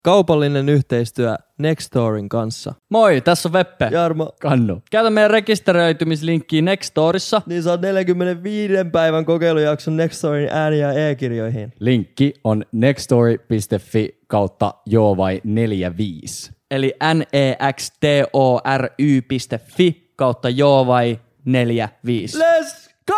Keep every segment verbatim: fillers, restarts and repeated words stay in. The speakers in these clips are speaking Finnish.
Kaupallinen yhteistyö Nextorin kanssa. Moi, tässä on Veppe. Jarmo. Kannu. Käytä meidän rekisteröitymislinkkiä Nextorissa. Niin saa neljänkymmenenviiden päivän kokeilujakson Nextorin ääni- ja e-kirjoihin. Linkki on nextory.fi kautta joo vai neljäkymmentäviisi. Eli nextory.fi kautta joo vai neljäkymmentäviisi. Let's go!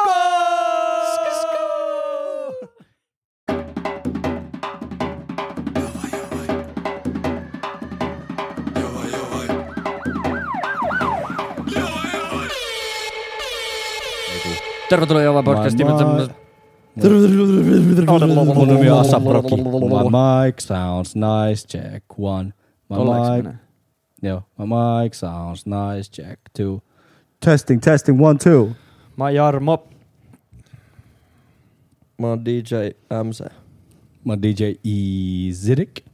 Tervetuloa Jova podcastiin. Mun nimi on Asap Rocky. My mic sounds nice, check one. My mic. Joo, my mic sounds nice, check two. Testing, testing, one, two. Mä oon Jarmo. Mä oon D J M C. Mä oon D J Izirik.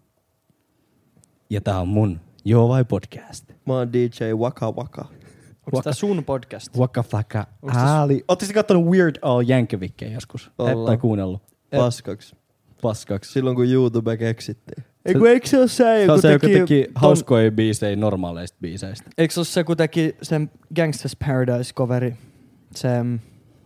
Ja tää on mun Joo vai podcast. Mä oon D J Waka Waka. Onks tää sun podcast? Waka Flaka Ali. Ootteko kattonut Weird Al Yankovicia joskus? Ollaan. Tai kuunnellut? Paskaksi. Paskaksi. Silloin kun YouTube keksittiin. Eiku, eikö se ole se, Se on se, joka teki teki ton- hauskoja biisejä normaaleista biiseistä. Eikö se ole se, kun teki sen Gangsta's Paradise-coveri? Se, mm,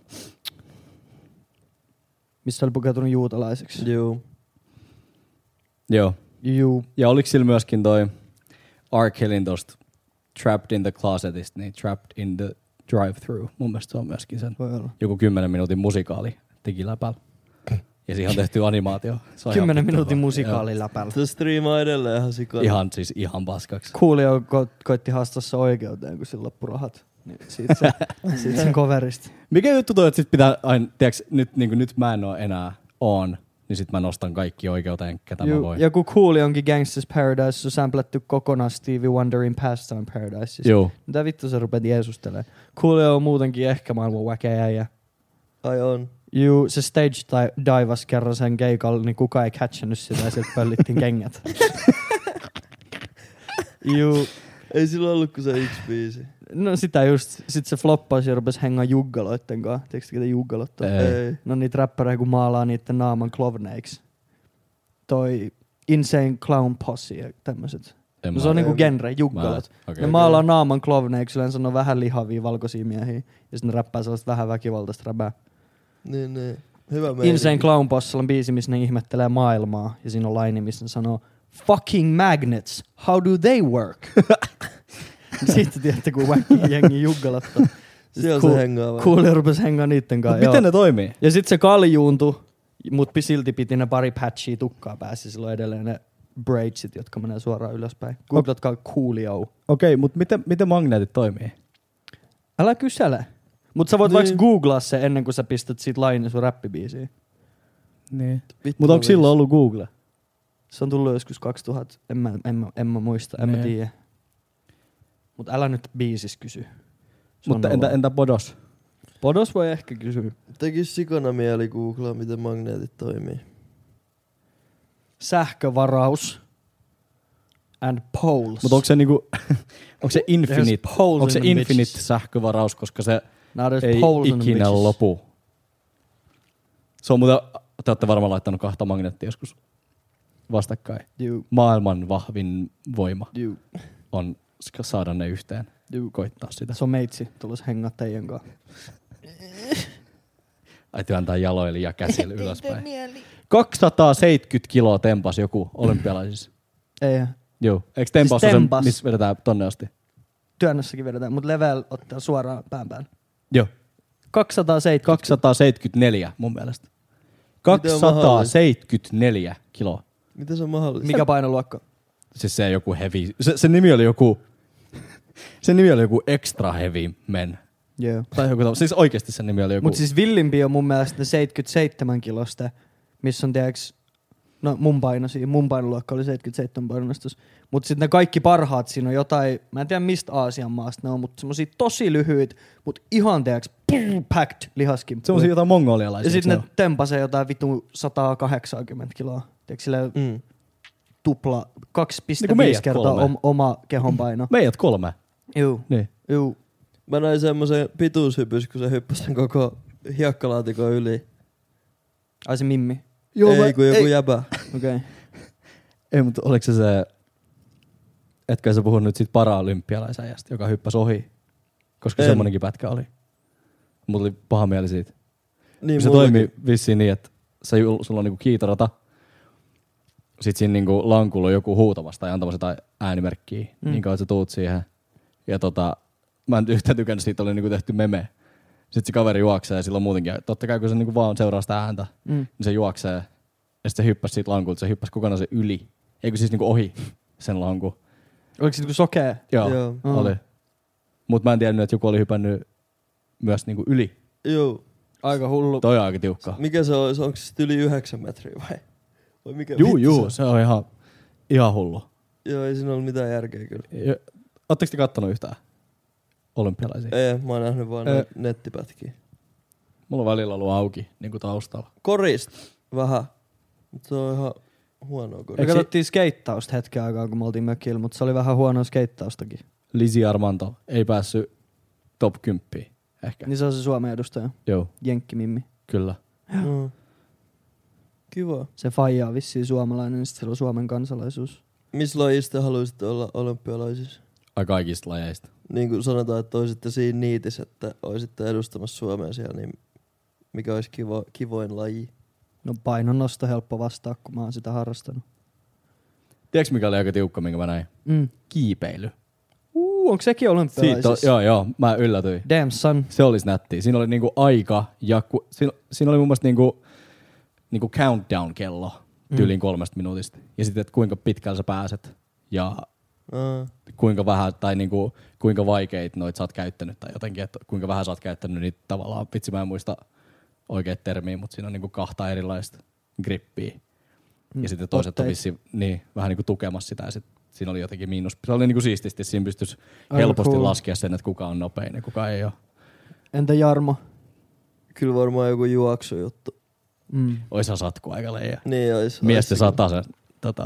missä oli pukeutunut juutalaiseksi. Juu. Joo. Juu. Ja oliko sillä myöskin toi R. Kellyn tosta Trapped in the Closetista, niin Trapped in the Drive-Thru. Mun mielestä se on myöskin sen Voi olla. joku kymmenen minuutin musikaali teki läpällä. Ja siihen on tehty animaatio. Se on Kymmenen ihan minuutin vittu hyvä. musikaali läpällä. Se striimaa edelleen ihan sikana. Ihan siis ihan paskaksi. Coolio ko- koitti haastaa se oikeuteen, kun sillä loppui rahat. Niin siitä, se, siitä sen coverista. Mikä juttu toi, että sit pitää aina, tiiäks, nyt, niin nyt mä en oo enää on, niin sit mä nostan kaikki oikeuteen, ketä mä voin. Ja kun Coolionkin Gangsta's Paradise on samplettu kokonaan Stevie Wonderin Pastime Paradise. Joo. Mitä vittu se rupet jeesustelemaan? Coolio on muutenkin ehkä maailman väkeä äijä. Ai on. Juu, se stage di- divas kerran sen keikalla, niin kukaan ei catchannut sitä ja sieltä pöllittiin kengät. Juu. Ei sillä ollut kuin se yksi biisi. No sitä just. Sitten se floppasi ja rupesi hengaa juggaloitten kanssa. Tiedätkö ketä juggalot on? Ei. Ei. No niitä räppäreitä, kun maalaa niiden naaman klovneiksi. Toi Insane Clown Posse ja tämmöset. En No mä- se on niinku en- genre, juggalot. Mä- okei. Ne maalaa naaman klovneiksi, yleensä ne on vähän lihavia valkoisia miehiä. Ja sitten ne räppää sellaista vähän väkivaltaista räpää. Niin, niin. Hyvä meininki. Insane Clown Possella on biisi, missä ne ihmettelee maailmaa. Ja siinä on laini, missä ne sanoo fucking magnets, how do they work? Sitten tiedätte, kun wacky jengi juggalotta. Siellä se hengaa vai? Coolio rupesi hengaa niitten Mut kanssa. miten ne toimii? Ja sit se kaljuuntui, mut silti piti ne pari patchia tukkaa päässä. Silloin edelleen ne braidsit, jotka menee suoraan ylöspäin. Googlatkaa Coolio. Okei, mut miten, miten magneetit toimii? Älä kysele. Mut sä voit Niin. vaikka googlaa se ennen kuin sä pistät siitä lainin sun räppibiisiin. Niin. Vittu Mut onko olisi. silloin ollut Google? Se on tullut joskus kaksituhatta, en mä, en mä, en mä muista, en Niin. mä tiedä. Mut älä nyt biisis kysy. Se Mutta on entä, noloa. entä Bodos? Podos voi ehkä kysyä. Tekis sikana mieli googlaa, miten magneetit toimii. Sähkövaraus and poles. Mutta onko se niinku, onko se There's infinite, poles onko se in the infinite bitches. sähkövaraus, koska se Now there's ei poles in the ikinä bitches. lopu? Se on muuten, te olette varmaan laittanut kahta magneettia joskus vastakkain. Juu, Maailman vahvin voima juu, on saada ne yhteen, juu. koittaa sitä. Se on meitsi, tulos hengaa teidän kanssa. Ai työntää jaloille ja käsillä ylöspäin. kaksisataaseitsemänkymmentä kiloa tempas joku olympialaisissa. Ei, Joo. Eikö tempas Siis siis tempas. ole se, missä vedetään tonne asti? työnnössäkin vedetään, mutta level ottaa suoraan pään päälle. Joo. kaksisataaseitsemänkymmentä. kaksisataaseitsemänkymmentäneljä mun mielestä. Miten on kaksisataaseitsemänkymmentäneljä kiloa. Miten se on mahdollista? Mikä painoluokka? Siis se joku heavy. Se, se nimi oli joku... se nimi oli joku extra heavy men. Joo. Tai joku tämmöinen. Siis oikeesti se nimi oli joku... Mut siis villimpi on mun mielestä ne seitsemänkymmentäseitsemän kilosta, missä on tiedäks, no mun painoisia, mun painoluokka oli seitsemänkymmentäseitsemän painostus. Mut sit ne kaikki parhaat siinä on jotain, mä en tiedä mistä Aasian maasta ne on, mut semmosia tosi lyhyitä, mut ihan tiedäks, packed lihaskimppuja. Semmosia jotain mongolialaisia. Ja sit eikö ne se tempasee jotain vittu sata kahdeksankymmentä kiloa. Tiedätkö silleen Mm. tupla, kaksi pilkku Niinku viisi meidät kertaa kolme. om, oma kehonpaino. Meidät kolme. Juu, Niin. juu. Mä näin semmosen pituushypys, kun se hyppäsi sen koko hiekkalaatikon yli. Ai se Mimmi. Joo, ei, mä- kun joku jäbä. Okei. Okay. Ei, mutta oliko se se, etkö sä puhunut nyt siitä paraolympialaisäjästä, joka hyppäsi ohi? Koska En. semmonenkin pätkä oli. Mulla oli paha mieli siitä. Niin, se mullakin. toimii vissiin niin, että sä, sulla on niinku kiitorata, sit siinä niinku lankulla on joku huutamassa tai antamassa jotain äänimerkkiä, mm. niin kauan sä tuut siihen. Ja tota, mä en yhtään tykännyt, siitä oli niinku tehty meme. Sitten se kaveri juoksee ja silloin muutenkin, totta kai kun se niinku vaan seuraa sitä ääntä, mm. niin se juoksee. Ja sitten se hyppäsi siitä lankulta, se hyppäsi kokonaan se yli. Eikö siis niinku ohi sen lankun. Oliko se niinku sokea? Joo, Joo. oli. Mut mä en tiennyt, että joku oli hypännyt myös niinku yli. Joo. Aika hullu. Toi on aika tiukkaa. Mikä se olisi? Onko se sit yli yhdeksän metriä vai? vai mikä Juu, vittu juu, se se on ihan, ihan hullu. Joo, ei siinä ollut mitään järkeä kyllä. Ootteko te kattonut yhtään olympialaisia? Ei, mä oon nähnyt vaan Ei. noita nettipätkiä. Mulla on välillä ollut auki niinku taustalla. Korista vähän, mutta se on ihan huonoa Me korista. katsottiin skeittausta hetken aikaa, kun me oltiin mökillä, mutta se oli vähän huonoa skeittaustakin. Lizzie Armanto ei päässyt top kymppiin ehkä. Niin se on se Suomen edustaja. Joo, Jenkkimimmi. kyllä. Mm. Kiva. Se faija on vissiin suomalainen, niin sit sillä on Suomen kansalaisuus. Missä lajista haluaisitte olla olympialaisissa? Ai kaikista lajeista. Niin kuin sanotaan, että olisitte siinä niitissä, että olisitte edustamassa Suomea siellä, niin mikä olisi kivo, kivoin laji? No painonnosto helppo vastaa, kun mä oon sitä harrastanut. Tiedätkö mikä oli aika tiukka, minkä mä näin? Mm. Kiipeily. Uh, onko sekin Siitä olympialaisissa? on, joo, joo, mä yllätyin. Damn son. Se olisi nättiä. Siinä oli niinku aika ja ku, siinä, siinä oli mun mielestä niinku, niinku countdown-kello tyyliin mm. kolmesta minuutista. Ja sitten, että kuinka pitkällä sä pääset ja Aa. kuinka vähän tai niinku, kuinka vaikeita noita sä oot käyttänyt tai jotenkin, että kuinka vähän sä oot käyttänyt niitä tavallaan. Vitsi, mä en muista oikeat termiä, mutta siinä on niinku kahta erilaista grippiä. Mm. Ja sitten toiset on Otteet. vissiin niin, vähän niinku tukemassa sitä ja sit siinä oli jotenkin miinus. Se oli niinku siististi, siinä pystyisi Aika helposti cool. laskea sen, että kuka on nopein ja kuka ei ole. Entä Jarmo? Kyllä varmaan joku juoksujuttu. Mm. Oishan satku aika leijä. Niin ois. Miesten ois- satasen. Tota,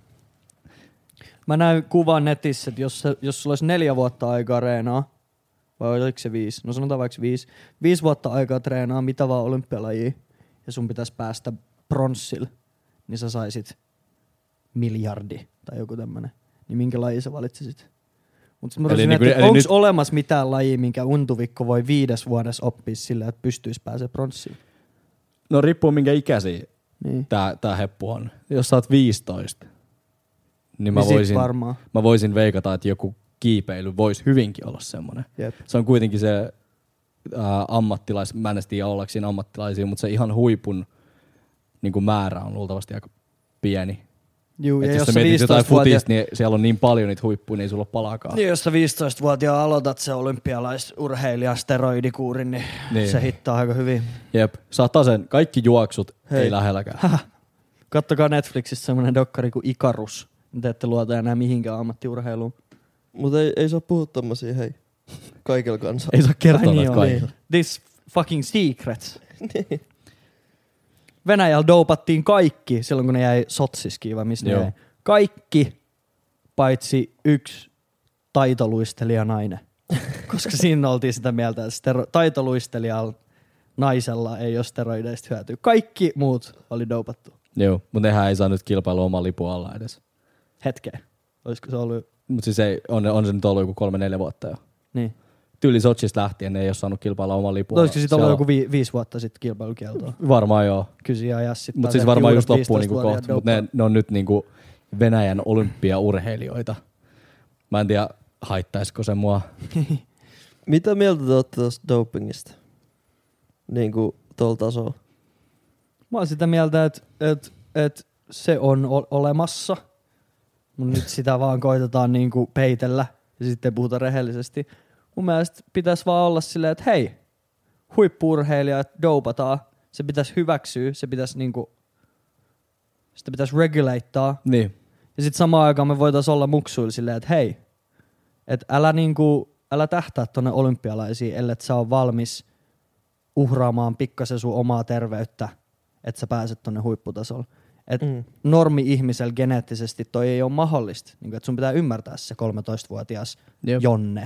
Mä näin kuvan netissä, että jos, se, jos sulla olisi neljä vuotta aikaa treenaa, vai oliko se viisi? No sanotaan vaikka viisi. Viisi vuotta aikaa treenaa, mitä vaan olympialajia, ja sun pitäisi päästä pronssille, niin sä saisit miljardi tai joku tämmönen. Niin minkä laji sä valitsisit? Mutta mä Eli olisin, niinku- että eli onko nyt- olemassa mitään lajia, minkä untuvikko voi viides vuodessa oppia sillä, että pystyisi pääsemään pronssiin? no riippuu minkä ikäisiä Niin. tää, tää heppu on. Jos sä oot viisitoista, niin mä, Niin sit voisin, varmaan. mä voisin veikata, että joku kiipeily voisi hyvinkin olla semmonen. Jep. Se on kuitenkin se ää, ammattilais, mä en tiedä ollaanko siinä ammattilaisia, mutta se ihan huipun niin kuin määrä on luultavasti aika pieni. Juu, Et ja jos jos sä sä mietit jotain viisitoistavuotias futista, niin siellä on niin paljon niitä huippuja, niin ei sulla ole palaakaan. Niin, jos sä viisitoistavuotiaan aloitat se olympialaisurheilija steroidikuurin, niin, Niin. niin se hittaa aika hyvin. Jep, saattaa sen. Kaikki juoksut Hei. ei lähelläkään. Kattokaa Netflixissä semmonen dokkari kuin Ikarus. Te ette luota enää mihinkään ammattiurheiluun. Mutta ei, ei saa puhua tommosia, hei. Kaikella kansalla. Ei saa kertoa Ai niin näitä on, kaikille. niin. This fucking secrets. Venäjällä doupattiin kaikki silloin, kun ne jäi Sotsiskiin, vai missä ne Joo. jäi. Kaikki, paitsi yksi taitoluistelija nainen. Koska siinä oltiin sitä mieltä, että stero- taitoluistelijalla naisella ei ole steroideista hyötyä. Kaikki muut oli doupattu. Joo, mutta nehän ei saa nyt kilpailua oman lipun alla edes. Hetkeen. Olisiko se ollut... Mutta siis ei, on, on se nyt ollut joku kolme neljä vuotta jo. Niin. Tyyli Sochista lähtien ne ei ole saanut kilpailla oman lipun alla. Olisiko siitä ollut Siellä joku vi- viisi vuotta sitten kilpailukieltoa? on- Varmaan joo. Kyllä siinä ajassa sitten. Mutta siis varmaan just loppuu niinku kohta. Mutta ne, ne on nyt niinku Venäjän olympiaurheilijoita. Mä en tiedä, haittaisiko se mua. Mitä mieltä te ootte tosta dopingista? Niinku tuolla tasolla. Mä oon sitä mieltä, että et, et se on o- olemassa, mutta nyt sitä vaan koitetaan niinku peitellä ja sitten puhuta rehellisesti. Mun mielestä pitäisi vaan olla silleen, että hei, huippu-urheilijat doupataan, se pitäisi hyväksyä, se pitäisi niinku, sitä pitäisi regulateaa. Niin. Ja sitten samaan aikaan me voitaisiin olla muksuilla silleen, että hei, että älä, niinku, älä tähtää tonne olympialaisiin, ellei sä ole valmis uhraamaan pikkasen sun omaa terveyttä, että sä pääset tonne huipputasolle. Et Mm. normi-ihmisellä geneettisesti toi ei ole mahdollista. Niin että sun pitää ymmärtää se kolmetoistavuotias Jep. Jonne.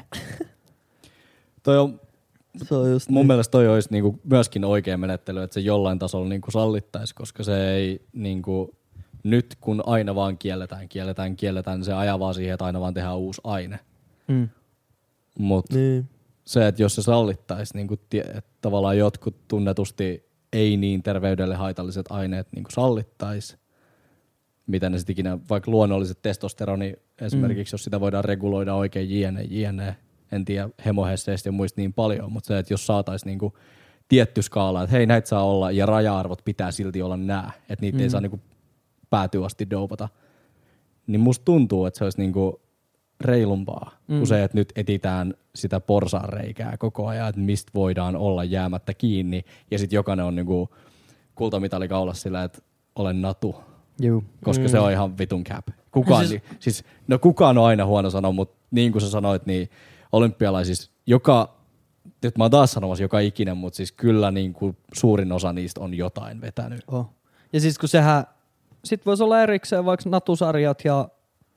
Toi on, Se on just mun niin. mielestä toi olisi niinku myöskin oikea menettely, että se jollain tasolla niinku sallittaisi, koska se ei niinku, nyt kun aina vaan kielletään, kielletään, kielletään, niin se ajaa vaan siihen, että aina vaan tehdään uusi aine. Mm. Mut Niin. se, että jos se sallittaisi, niin että tavallaan jotkut tunnetusti ei niin terveydelle haitalliset aineet niin sallittaisi, mitä ne sitten ikinä, vaikka luonnolliset testosteroni esimerkiksi, mm. jos sitä voidaan reguloida oikein jne, jne. En tiedä hemohesseistä ja muista niin paljon, mutta se, että jos saataisiin niinku tietty skaala, että hei näitä saa olla ja raja-arvot pitää silti olla nää, että niitä mm. ei saa niinku päätyä asti dopata, niin musta tuntuu, että se olisi niinku reilumpaa mm. kuin se, että nyt etitään sitä porsaanreikää koko ajan, että mistä voidaan olla jäämättä kiinni ja sitten jokainen on niinku kultamitali kaulassa sillä, että olen natu. Juu. Koska mm. se on ihan vitun cap. Kukaan, siis, siis, no kukaan on aina huono sanoa, mutta niin kuin sä sanoit, niin olympialaisissa joka, nyt mä oon taas sanomassa joka ikinen, mutta siis kyllä niin kuin suurin osa niistä on jotain vetänyt. Oh. Ja siis kun sehän, sit voisi olla erikseen vaikka natusarjat ja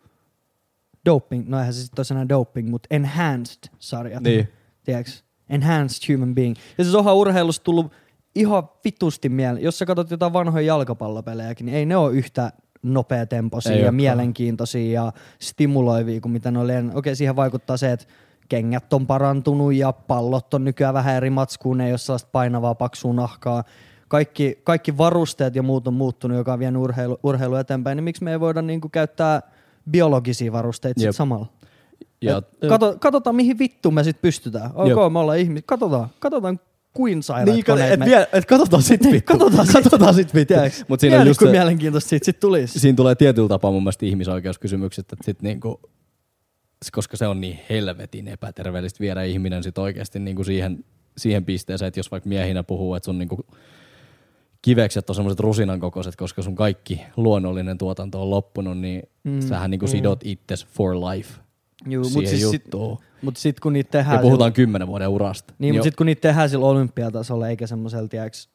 doping, no eihän se sitten ole sanaa doping, mutta enhanced-sarjat. Niin. Tiedätkö? Enhanced human being. Ja siis onhan urheilusta tullut ihan vitusti mieleen. Jos sä katsot jotain vanhoja jalkapallopelejäkin, niin ei ne ole yhtä nopeatempoisia ja olekaan mielenkiintoisia ja stimuloivia kuin mitä ne oli. Okei, siihen vaikuttaa se, että kengät on parantunut ja pallot on nykyään vähän eri matskuun, ne ei ole sellaista painavaa paksua nahkaa. Kaikki, kaikki varusteet ja muut on muuttunut, joka on vienyt urheilu, urheilu eteenpäin, niin miksi me ei voida niinku käyttää biologisia varusteita sit samalla? Ja, kato, katsotaan, mihin vittu me sit pystytään. Ok, Jep. me ollaan ihmisiä. Katsotaan, katsotaan kuin sairaat niin, koneet. Et, me... et katsotaan sit vittu. katsotaan sit, katsotaan sit vittu. Mut siinä on just se, mielenkiintoista siitä sit tulisi. Siinä tulee tietyllä tapaa mun mielestä ihmisoikeuskysymykset, että sit niinku, koska se on niin helvetin epäterveellistä viedä ihminen sit oikeasti niinku siihen, siihen pisteeseen, että jos vaikka miehinä puhuu, että sun niinku kivekset on semmoiset rusinan kokoiset, koska sun kaikki luonnollinen tuotanto on loppunut, niin mm, sähän niinku mm. sidot itses for life. Juu, siihen siis juttuun. Sit, mut sit kun niitä tehdään... Ja puhutaan kymmenen vuoden urasta. Niin, mutta sit kun niitä tehdään sillä olympiatasolla, eikä semmoisella, tiiäks,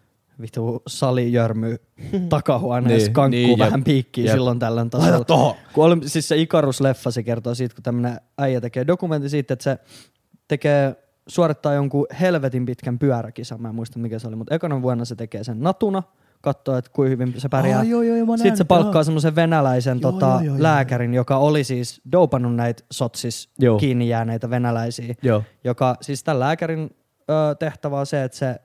vittu salijörmy takahuoneessa niin, kankkuu niin, vähän piikkiä silloin tällöin tasolla. Laita tohon! Kun, siis se Ikarus-leffa, se kertoo siitä, kun tämmönen äijä tekee dokumentti siitä, että se tekee, suorittaa jonkun helvetin pitkän pyöräkisan, mä en muista mikä se oli, mutta ekana vuonna se tekee sen natuna, katsoo, että kuinka hyvin se pärjää. Oh, joo, joo, Sitten se palkkaa semmoisen venäläisen joo, tota, joo, joo, lääkärin, joka oli siis dopannut näitä Sotsis joo. kiinni jääneitä venäläisiä. Joo. Joka, siis tämän lääkärin ö, tehtävä on se, että se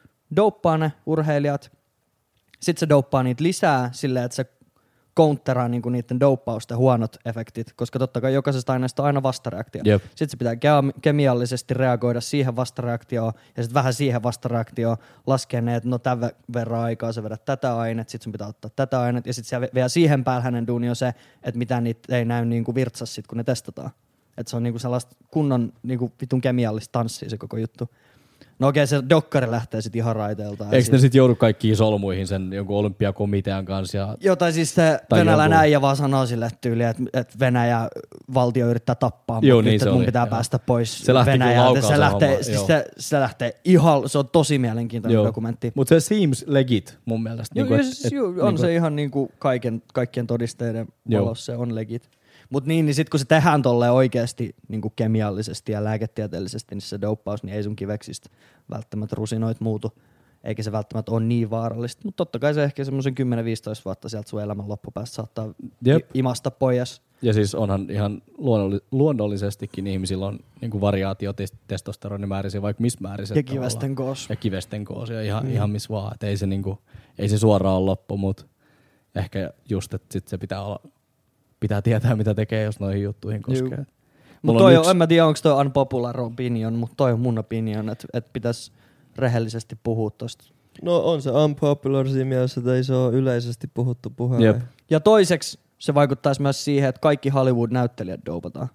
doppaa ne urheilijat. Sitten se doppaa niitä lisää silleen, että se counteraa niinku niiden doppausten huonot efektit, koska totta kai jokaisesta aineesta on aina vastareaktio. Yep. Sitten se pitää ke- kemiallisesti reagoida siihen vastareaktioon ja sitten vähän siihen vastareaktioon laskee ne, että no tämän verran aikaa sä vedät tätä ainet, sitten sun pitää ottaa tätä ainet ja sitten se vielä siihen päällä hänen duuni on se, että mitään niitä ei näy niinku virtsas sit, kun ne testataan. Että se on niinku sellaista kunnon niinku vitun kemiallista tanssia se koko juttu. No okei, se dokkari lähtee sitten ihan raiteelta. Eikö ne sitten joudu kaikkiin solmuihin sen jonkun olympiakomitean kanssa? Ja... Joo, tai siis se venäläinen äijä vaan sanoo sille tyyliin, että, että Venäjä valtio yrittää tappaa, joo, mutta niin nyt, mun oli, pitää joo. päästä pois se Venäjältä. Se lähtee, siis se, se lähtee ihan, se on tosi mielenkiintoinen joo. dokumentti. Mutta se seems legit mun mielestä. Joo, niin siis, et, joo, on niin se kuin... ihan niinku kaiken, kaikkien todisteiden valossa se on legit. Mutta niin, niin sitten kun se tehdään tolleen oikeasti niin kuin kemiallisesti ja lääketieteellisesti, niin se doppaus, niin ei sun kiveksistä välttämättä rusinoit muutu. Eikä se välttämättä ole niin vaarallista. Mutta totta kai se ehkä semmoisen kymmenen viisitoista vuotta sieltä sun elämän loppupäästä saattaa Jep. imasta pois. Ja siis onhan ihan luonnolli- luonnollisestikin ihmisillä on niin kuin variaatio testosteronimäärisiä, vaikka missä määriset. Ja kivesten koos. Ja kivesten koos ja ihan, mm. ihan missä vaan. Et ei, se niin kuin, ei se suoraan ole loppu, mutta ehkä just, että sit se pitää olla... Pitää tietää, mitä tekee, jos noihin juttuihin koskee. Mutta toi on, yks... en mä tiedä, onko toi unpopular opinion, mutta toi on mun opinion, että et pitäisi rehellisesti puhua tosta. No on se unpopular siinä mielessä, että ei se ole yleisesti puhuttu puheelle. Ja toiseksi se vaikuttaisi myös siihen, että kaikki Hollywood-näyttelijät dopataan.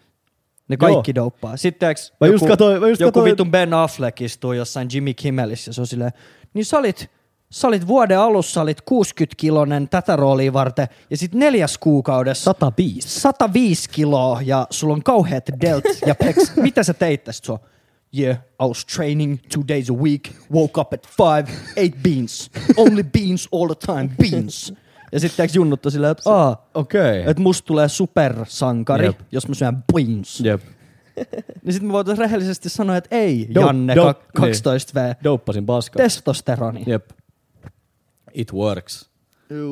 Ne kaikki Joo. dopaa. Sitten eks joku, katsoin, joku vitun Ben Affleck istuu jossain Jimmy Kimmelissä ja se on silleen, niin sä olit... Sä olit vuoden alussa, olit kuusikymmentä-kilonen tätä roolia varten, ja sit neljäs kuukaudessa... sata viisi. sata viisi kiloa, ja sulla on kauheat delt ja pecs. Mitä sä teit tästä? So, yeah, I was training two days a week, woke up at five, ate beans. Only beans all the time, beans. Ja sitten eikö junnuttu silleen, että aa, okay. että musta tulee supersankari, Jep. jos mä syön beans. Jep. Niin sit me voitais rehellisesti sanoa, että ei, Do- Janne, do- kaksitoista vuotta. Douppasin paskaa. Testosteroni. Jep. It works. Juu.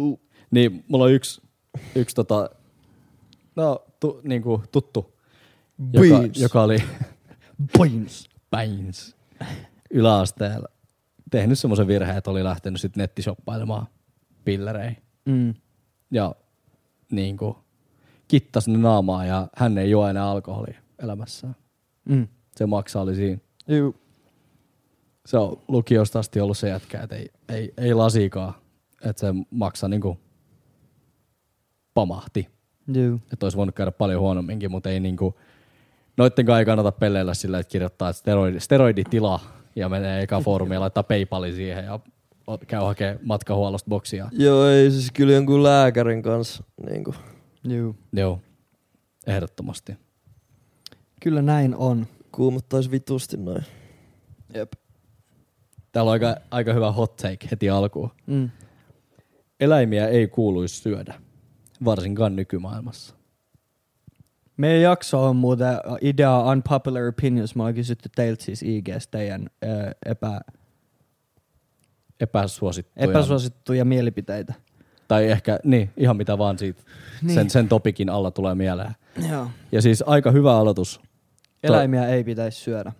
Niin, mulla on yksi, yksi tota, no, tu, niinku, tuttu, joka, joka oli Beans. Beans. Yläasteella tehnyt semmoisen virheen, että oli lähtenyt sitten nettishoppailemaan pillerejä. Mm. Ja niinku kittasi ne naamaa ja hän ei juo enää alkoholia elämässään. Mm. Se maksa oli siinä. Juu. Se on lukiosta asti ollut se jätkä, että ei, ei, ei lasikaan. Että se maksaa niinku pamahti. Juu. Että olisi voinut käydä paljon huonomminkin, mutta ei niinku, noittenkaan ei kannata pelleillä sillä, että kirjoittaa että steroidi, steroiditila ja menee eka foorumiin ja laittaa PayPalin siihen ja käy hakemaan matkahuollosta boksia. Joo, ei siis kyllä jonkun lääkärin kanssa. Niinku. Juu. Joo, ehdottomasti. Kyllä näin on. Kuumottais vitusti noin. Jep. Täällä on aika, aika hyvä hot take heti alkuun. Mm. Eläimiä ei kuuluisi syödä, varsinkaan nykymaailmassa. Meidän jakso on muuten idea Unpopular Opinions. Mä oon kysytty teiltä siis I G:stä teidän ö, epä, Epäsuosittuja. epäsuosittuja mielipiteitä. Tai ehkä, niin, ihan mitä vaan siitä Niin. sen, sen topikin alla tulee mieleen. Joo. Ja siis aika hyvä aloitus. Eläimiä ei pitäisi syödä.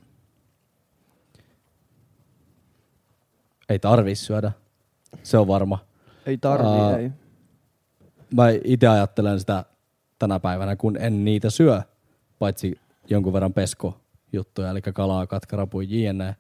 Ei tarvii syödä. Se on varma. Ei tarvii, Aa, ei. Mä itse ajattelen sitä tänä päivänä, kun en niitä syö, paitsi jonkun verran pesko-juttuja, eli kalaa, katkarapuja, jne.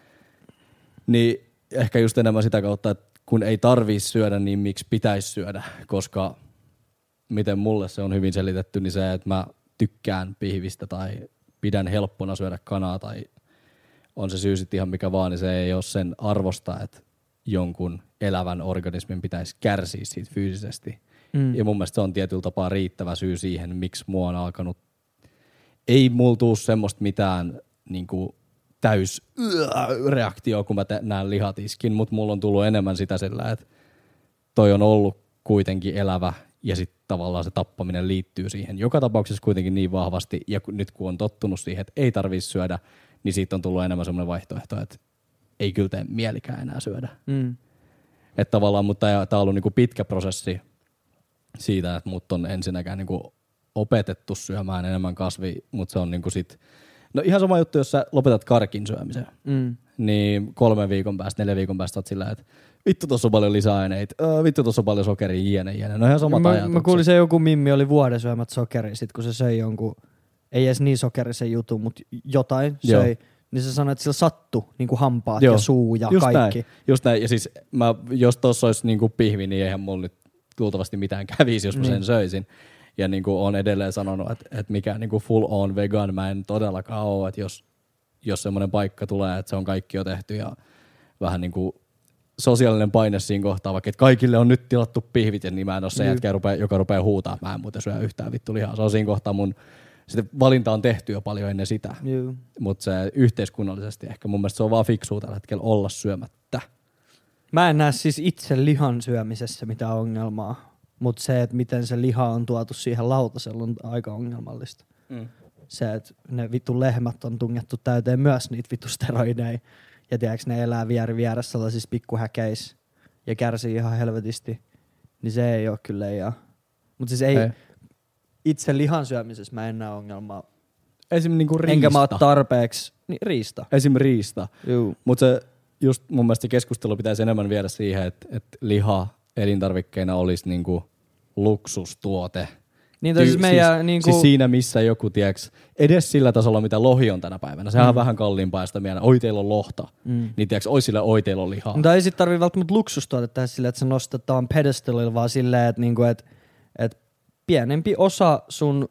Niin ehkä just enemmän sitä kautta, että kun ei tarvii syödä, niin miksi pitäisi syödä, koska miten mulle se on hyvin selitetty, niin se, että mä tykkään pihvistä tai pidän helppona syödä kanaa tai on se syy sitten ihan mikä vaan, niin se ei ole sen arvosta, että jonkun elävän organismin pitäisi kärsiä siitä fyysisesti. Mm. Ja mun mielestä se on tietyllä tapaa riittävä syy siihen, miksi mua on alkanut, ei mulla tuu semmoista mitään niinku täys reaktio, kun mä te- näen lihatiskin, mutta mulla on tullut enemmän sitä sillä, että toi on ollut kuitenkin elävä ja sitten tavallaan se tappaminen liittyy siihen. Joka tapauksessa kuitenkin niin vahvasti ja nyt kun on tottunut siihen, että ei tarvitse syödä, niin siitä on tullut enemmän semmoinen vaihtoehto, että ei kyllä tee mielikään enää syödä. Mm. Että tavallaan, mutta tämä on ollut niinku pitkä prosessi siitä, että mut on ensinnäkään niinku opetettu syömään enemmän kasvia, mutta se on niinku sit, no ihan sama juttu, jos sä lopetat karkin syömisen, Mm. niin kolmen viikon päästä, neljän viikon päästä oot sillä, että vittu tossa on paljon lisäaineita, äh, vittu tossa on paljon sokeria, jne, jne. No ihan samat mä, ajatukset. mä kuulin se joku mimmi oli vuoden syömät sokeria, sit kun se söi jonkun, ei edes niin sokerisen jutun, mutta jotain Joo. söi, niin se sanoi, että sillä sattui niin kuin hampaat Joo. ja suu ja Just kaikki. Näin. Just näin, ja siis mä, jos tossa olisi niinku pihvi, niin eihän mulla nyt luultavasti mitään kävisi, jos mä Niin. sen söisin. Ja niin kuin olen edelleen sanonut, että, että mikä niin kuin full on vegan mä en todellakaan ole, että jos, jos semmoinen paikka tulee, että se on kaikki jo tehty ja vähän niin kuin sosiaalinen paine siinä kohtaa, vaikka että kaikille on nyt tilattu pihvit, ja niin mä en ole se Niin. jätkä, joka rupeaa huutaa, mä en muuten syö yhtään vittu lihaa. Se on siinä kohtaa mun, sitten valinta on tehty jo paljon ennen sitä, Juu. mutta se yhteiskunnallisesti ehkä mun mielestä se on vaan fiksua tällä hetkellä olla syömättä. Mä en näe siis itse lihan syömisessä mitään ongelmaa, mutta se, että miten se liha on tuotu siihen lautaselle on aika ongelmallista. Mm. Se, että ne vittu lehmät on tungettu täyteen myös niitä vittu steroideja. Ja tiedätkö, ne elää vieri vieressä sellaisissa pikkuhäkeissä ja kärsii ihan helvetisti. Niin se ei ole kyllä liian. Mutta siis ei, ei. Itse lihan syömisessä mä en näe ongelmaa. Esim. Niinku riista. Enkä mä oo tarpeeksi. Niin, riista. Esim. riista. Juu. Mutta se just mun mielestä se keskustelu pitäisi enemmän viedä siihen, että, että liha elintarvikkeina olisi niinku luksustuote. Niin tai siis Ty- meidän siis, niinku... siis siinä missä joku, tiiäks, edes sillä tasolla mitä lohi on tänä päivänä. Sehän mm. on vähän kalliimpaa sitä mieltä, oi teillä on lohta. Mm. Niin tiiäks, oi sillä oi teillä on lihaa. Mutta ei sit tarvii välttämättä luksustuote tehdä silleen, että sä nostetaan pedestalilla, vaan silleen, että niinku, et, et pienempi osa sun